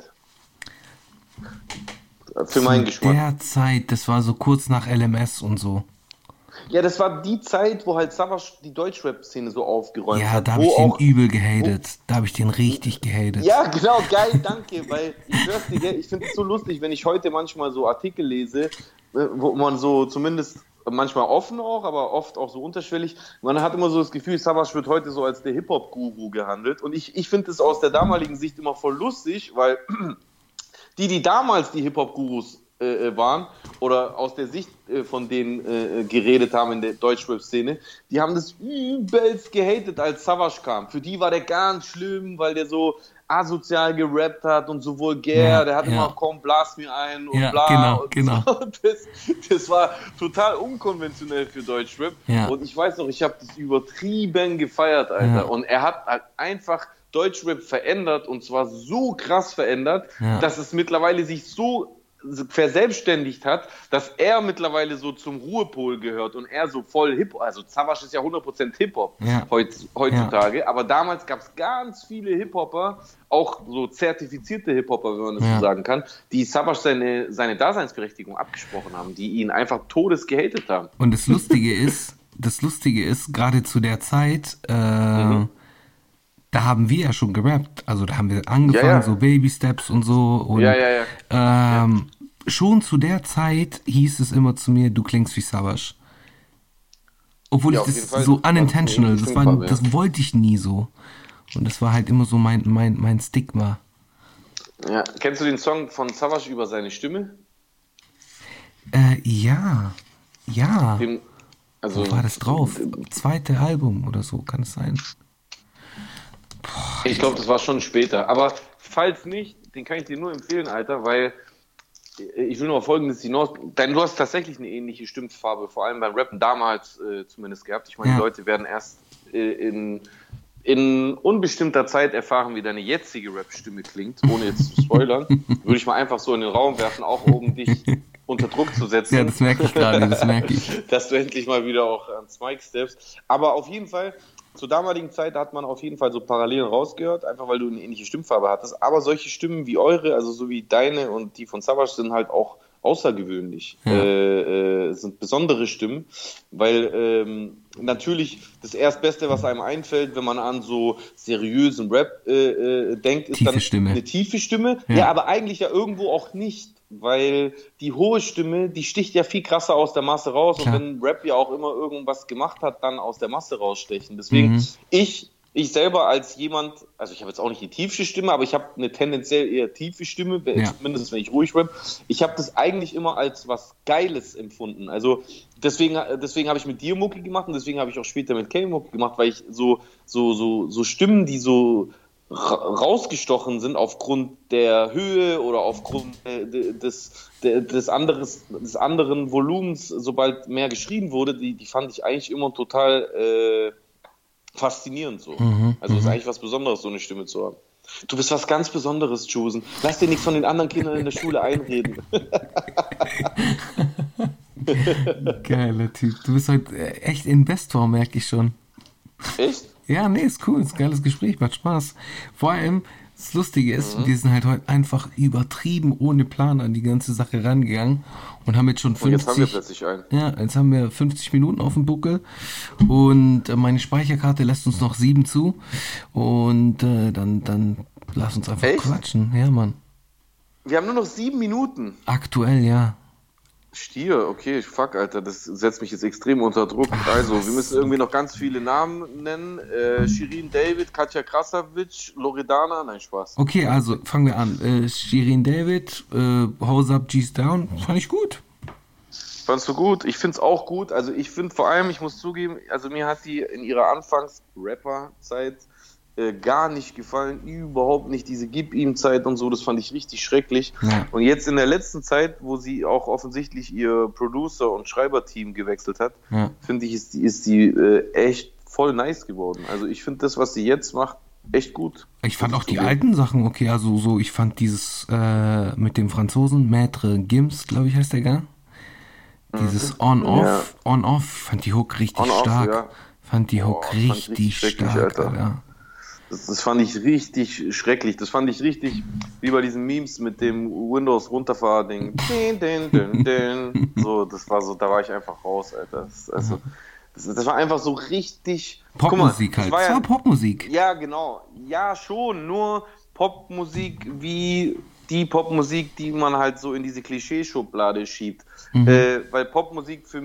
Für meinen Zu Geschmack. der Zeit, das war so kurz nach L M S und so. Ja, das war die Zeit, wo halt Savas die Deutschrap-Szene so aufgeräumt Ja, hat. da habe wo ich den auch, übel gehatet. Da habe ich den richtig gehatet. Ja, genau, geil, danke, weil ich schwör's dir, gell, ich finde es so lustig, wenn ich heute manchmal so Artikel lese, wo man so zumindest manchmal offen auch, aber oft auch so unterschwellig, man hat immer so das Gefühl, Savas wird heute so als der Hip-Hop-Guru gehandelt und ich, ich finde es aus der damaligen Sicht immer voll lustig, weil die, die damals die Hip-Hop-Gurus äh, waren oder aus der Sicht äh, von denen äh, geredet haben in der Deutschrap-Szene, die haben das übelst gehatet, als Savage kam. Für die war der ganz schlimm, weil der so asozial gerappt hat und so vulgär, Ja, der hat ja. immer, komm, blas mir ein und Ja, bla. genau, und genau. So. Das, das war total unkonventionell für Deutschrap. Ja. Und ich weiß noch, ich habe das übertrieben gefeiert, Alter. Ja. Und er hat halt einfach Deutschrap verändert und zwar so krass verändert, Ja. dass es mittlerweile sich so verselbstständigt hat, dass er mittlerweile so zum Ruhepol gehört und er so voll Hip-Hop, also Savage ist ja hundert Prozent Hip-Hop Ja. heut, heutzutage, aber damals gab es ganz viele Hip-Hopper, auch so zertifizierte Hip-Hopper, wenn man das Ja. so sagen kann, die Savage seine, seine Daseinsberechtigung abgesprochen haben, die ihn einfach todes gehatet haben. Und das Lustige ist, das Lustige ist, gerade zu der Zeit, äh, Mhm. da haben wir ja schon gerappt. Also da haben wir angefangen, Ja, ja. so Baby Steps und so. Und, Ja, ja, ja. Ähm, schon zu der Zeit hieß es immer zu mir, du klingst wie Savage. Obwohl Ja, ich auf jeden das Fall. so Das war unintentional, eine das, Stimmfarbe, war, ja. das wollte ich nie so. Und das war halt immer so mein, mein, mein Stigma. Ja. Kennst du den Song von Savage über seine Stimme? Äh, ja. Ja. Den, also, Wo war das drauf? Zweite Album oder so, kann es sein? Ich glaube, das war schon später. Aber falls nicht, den kann ich dir nur empfehlen, Alter, weil ich will nur auf Folgendes hinaus. Denn du hast tatsächlich eine ähnliche Stimmfarbe, vor allem beim Rappen damals äh, zumindest gehabt. Ich meine, Ja. die Leute werden erst äh, in, in unbestimmter Zeit erfahren, wie deine jetzige Rap-Stimme klingt, ohne jetzt zu spoilern. Würde ich mal einfach so in den Raum werfen, auch um dich unter Druck zu setzen. Ja, das merke ich gerade, das merke ich. Dass du endlich mal wieder auch ans Mic steppst. Aber auf jeden Fall, zur damaligen Zeit hat man auf jeden Fall so Parallelen rausgehört, einfach weil du eine ähnliche Stimmfarbe hattest. Aber solche Stimmen wie eure, also so wie deine und die von Savage, sind halt auch außergewöhnlich. Ja. Äh, äh, sind besondere Stimmen, weil ähm, natürlich das Erstbeste, was einem einfällt, wenn man an so seriösen Rap äh, äh, denkt, ist Tiefe dann Stimme. eine tiefe Stimme. Ja. Ja, aber eigentlich ja irgendwo auch nicht. Weil die hohe Stimme, die sticht ja viel krasser aus der Masse raus. Klar. Und wenn Rap ja auch immer irgendwas gemacht hat, dann aus der Masse rausstechen. Deswegen, Mhm. ich, ich selber als jemand, also ich habe jetzt auch nicht die tiefste Stimme, aber ich habe eine tendenziell eher tiefe Stimme, Ja. zumindest wenn ich ruhig rap. Ich habe das eigentlich immer als was Geiles empfunden. Also deswegen, deswegen habe ich mit dir Mucki gemacht und deswegen habe ich auch später mit Kay Mucki gemacht, weil ich so, so, so, so Stimmen, die so ra- rausgestochen sind aufgrund der Höhe oder aufgrund äh, de- des, de- des, anderes, des anderen Volumens, sobald mehr geschrien wurde, die, die fand ich eigentlich immer total äh, faszinierend so. Mhm, Also ist eigentlich was Besonderes, so eine Stimme zu haben. Du bist was ganz Besonderes, Chosen. Lass dir nichts von den anderen Kindern in der Schule einreden. Geiler Typ. Du bist heute äh, echt Investor, merke ich schon. Echt? Ja, nee, ist cool, ist ein geiles Gespräch, macht Spaß. Vor allem, das Lustige ist, wir sind halt heute einfach übertrieben ohne Plan an die ganze Sache rangegangen und haben jetzt schon Und jetzt haben wir fünfzig, plötzlich einen. ja, jetzt haben wir fünfzig Minuten auf dem Buckel und äh, meine Speicherkarte lässt uns noch sieben zu und äh, dann, dann lass uns einfach Echt? quatschen. Ja, Mann. Wir haben nur noch sieben Minuten. Aktuell, ja. Stier, okay, fuck, Alter, das setzt mich jetzt extrem unter Druck. Also, wir müssen irgendwie noch ganz viele Namen nennen. Äh, Shirin David, Katja Krasavic, Loredana, nein, Spaß. Okay, also fangen wir an. Äh, Shirin David, äh, Hose Up, G's Down, fand ich gut. Fandst du gut? Ich find's auch gut. Also, ich finde vor allem, ich muss zugeben, also mir hat die in ihrer Anfangs-Rapper-Zeit äh, gar nicht gefallen. Überhaupt nicht diese Gib-ihm-Zeit und so. Das fand ich richtig schrecklich. Ja. Und jetzt in der letzten Zeit, wo sie auch offensichtlich ihr Producer- und Schreiberteam gewechselt hat, Ja. finde ich, ist die, ist die äh, echt voll nice geworden. Also ich finde das, was sie jetzt macht, echt gut. Ich fand Muss auch die zugeben. alten Sachen okay, also so, ich fand dieses äh, mit dem Franzosen, Maître Gims, glaube ich heißt der gar. Dieses On-Off, On-Off, fand die Hook richtig On-Off, stark. ja. Fand die Hook Boah, fand ich richtig, richtig schrecklich, stark, Alter. Alter. Das, das fand ich richtig schrecklich. Das fand ich richtig wie bei diesen Memes mit dem Windows runterfahren-Ding. Din, din, din, din. So, das war so, da war ich einfach raus, Alter. Das, also, das, das war einfach so richtig. Popmusik Guck mal, halt, das war das war ja, Popmusik. ja, genau. Ja, schon. Nur Popmusik wie die Popmusik, die man halt so in diese Klischeeschublade schiebt. Mhm. Äh, weil Popmusik für mich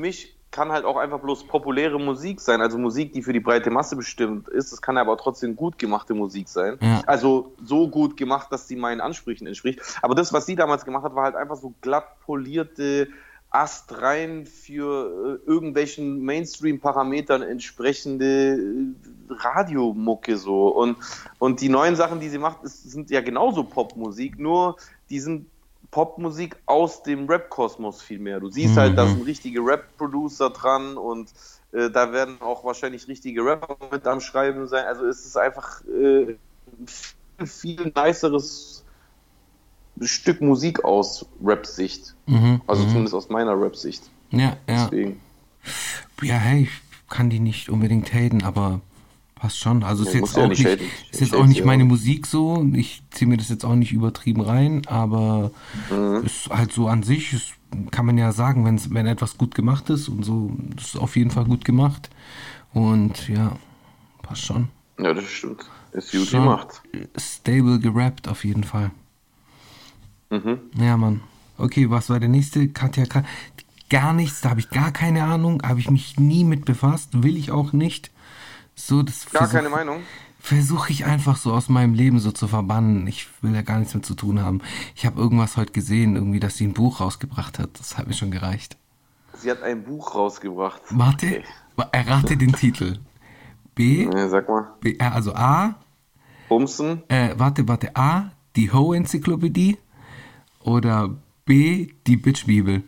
kann halt auch einfach bloß populäre Musik sein, also Musik, die für die breite Masse bestimmt ist. Es kann aber trotzdem gut gemachte Musik sein. Ja. Also so gut gemacht, dass sie meinen Ansprüchen entspricht. Aber das, was sie damals gemacht hat, war halt einfach so glatt polierte, astrein für äh, irgendwelchen Mainstream-Parametern entsprechende äh, Radiomucke so. Und, und die neuen Sachen, die sie macht, ist, sind ja genauso Popmusik, nur die sind Popmusik aus dem Rap-Kosmos viel mehr. Du siehst Mhm. halt, da sind richtige Rap-Producer dran und äh, da werden auch wahrscheinlich richtige Rapper mit am Schreiben sein. Also es ist einfach äh, viel, viel niceres Stück Musik aus Rap-Sicht. Mhm. Also mhm. zumindest aus meiner Rap-Sicht. Ja, ja. Deswegen. Ja, hey, ich kann die nicht unbedingt haten, aber passt schon. Also ist Ja, jetzt musst du ja auch nicht nicht, haten. Ich- ist jetzt ich auch hate nicht sie meine auch. Musik so. Ich ziehe mir das jetzt auch nicht übertrieben rein, aber Mhm. ist halt so an sich, ist, kann man ja sagen, wenn's, wenn etwas gut gemacht ist und so, das ist auf jeden Fall gut gemacht. Und ja, passt schon. Ja, das stimmt. Ist gut Schon gemacht. stable gerappt auf jeden Fall. Mhm. Ja, Mann. Okay, was war der nächste? Katja K. Gar nichts, da habe ich gar keine Ahnung, habe ich mich nie mit befasst, will ich auch nicht. So, das Gar versuch- keine Meinung. versuche ich einfach so aus meinem Leben so zu verbannen. Ich will ja gar nichts mit zu tun haben. Ich habe irgendwas heute gesehen, irgendwie, dass sie ein Buch rausgebracht hat. Das hat mir schon gereicht. Sie hat ein Buch rausgebracht. Warte, Okay. errate den Titel. B, Ja, sag mal. B äh, also A, Bumsen. äh, warte, warte, A, die Ho-Enzyklopädie oder B, die Bitch-Bibel.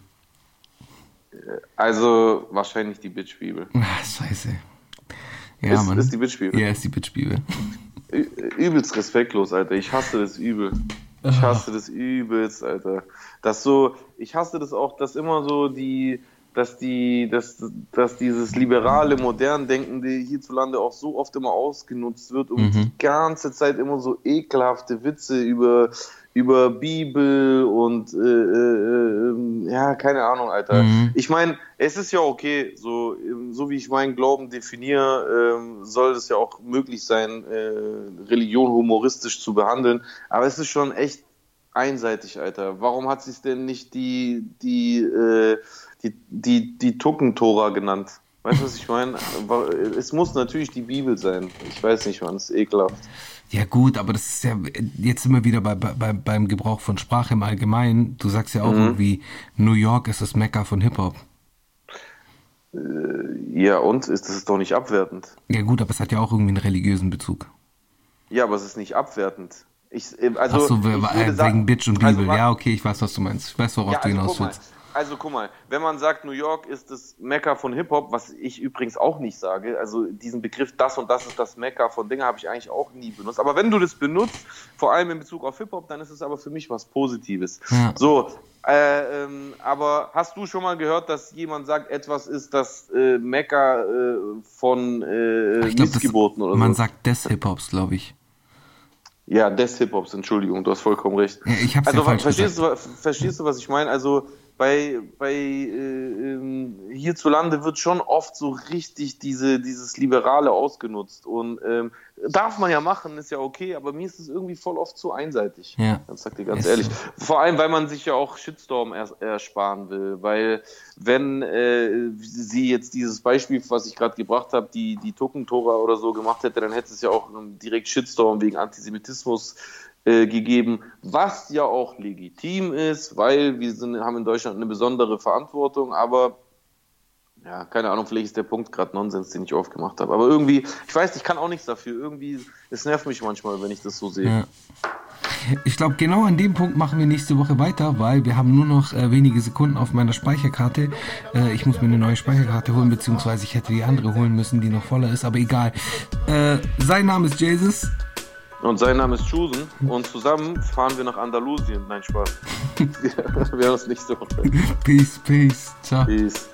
Also wahrscheinlich die Bitch-Bibel. Ah, scheiße. Ja, Ist- Mann. ist die Bitch-Bibel? Ja, ist die Bitch-Bibel. Ü- Übelst respektlos, Alter. Ich hasse das übel. Ich hasse das übelst, Alter. Das so, ich hasse das auch, dass immer so die, dass die, dass, dass dieses liberale, modern Denkende hierzulande auch so oft immer ausgenutzt wird und Mhm. die ganze Zeit immer so ekelhafte Witze über, über Bibel und äh, äh, äh, ja, keine Ahnung, Alter. Mhm. Ich meine, es ist ja okay, so, ähm, so wie ich meinen Glauben definiere, ähm, soll es ja auch möglich sein, äh, Religion humoristisch zu behandeln, aber es ist schon echt einseitig, Alter. Warum hat sich denn nicht die, die, äh, die, die, die Tucken-Tora genannt? Weißt du, was ich meine? Es muss natürlich die Bibel sein. Ich weiß nicht, man, es ist ekelhaft. Ja gut, aber das ist ja, jetzt sind wir wieder bei, bei, beim Gebrauch von Sprache im Allgemeinen. Du sagst ja auch Mhm. irgendwie, New York ist das Mekka von Hip-Hop. Ja, und? Ist das ist doch nicht abwertend? Ja gut, aber es hat ja auch irgendwie einen religiösen Bezug. Ja, aber es ist nicht abwertend. Ich, äh, also, Ach so, ich we- würde äh, sagen- wegen Bitch und also, Bibel. wa- Ja, okay, ich weiß, was du meinst. Ich weiß, worauf Ja, du also hinaus guck mal, willst. also guck mal, wenn man sagt, New York ist das Mekka von Hip-Hop, was ich übrigens auch nicht sage, also diesen Begriff, das und das ist das Mekka von Dingen, habe ich eigentlich auch nie benutzt. Aber wenn du das benutzt, vor allem in Bezug auf Hip-Hop, dann ist es aber für mich was Positives. Ja. So, äh, ähm, aber hast du schon mal gehört, dass jemand sagt, etwas ist das äh, Mekka äh, von äh, Ich glaub, das, Missgeburten oder man so? sagt des Hip-Hops, glaube ich. Ja, des Hip-Hops, Entschuldigung, du hast vollkommen recht. Ja, ich hab's Also ja falsch verstehst, gesagt. du, verstehst du, was ich meine? Also bei, bei äh, ähm, hierzulande wird schon oft so richtig diese, dieses Liberale ausgenutzt. Und ähm, darf man ja machen, ist ja okay, aber mir ist es irgendwie voll oft zu einseitig. Ja. Das sagt dir ganz Ist ehrlich. so. Vor allem, weil man sich ja auch Shitstorm ers ersparen will. Weil wenn äh, sie jetzt dieses Beispiel, was ich gerade gebracht habe, die, die Tucken-Tora oder so gemacht hätte, dann hätte es ja auch ähm, direkt Shitstorm wegen Antisemitismus äh, gegeben, was ja auch legitim ist, weil wir sind, haben in Deutschland eine besondere Verantwortung, aber ja, keine Ahnung, vielleicht ist der Punkt gerade Nonsens, den ich aufgemacht habe. Aber irgendwie, ich weiß, ich kann auch nichts dafür. Irgendwie, es nervt mich manchmal, wenn ich das so sehe. Ja. Ich glaube, genau an dem Punkt machen wir nächste Woche weiter, weil wir haben nur noch äh, wenige Sekunden auf meiner Speicherkarte. Äh, ich muss mir eine neue Speicherkarte holen, beziehungsweise ich hätte die andere holen müssen, die noch voller ist, aber egal. Äh, sein Name ist Jesus. Und sein Name ist Chusen und zusammen fahren wir nach Andalusien. Nein, Spaß. Wir hören uns nächste Woche. Peace, peace. Ciao. Peace.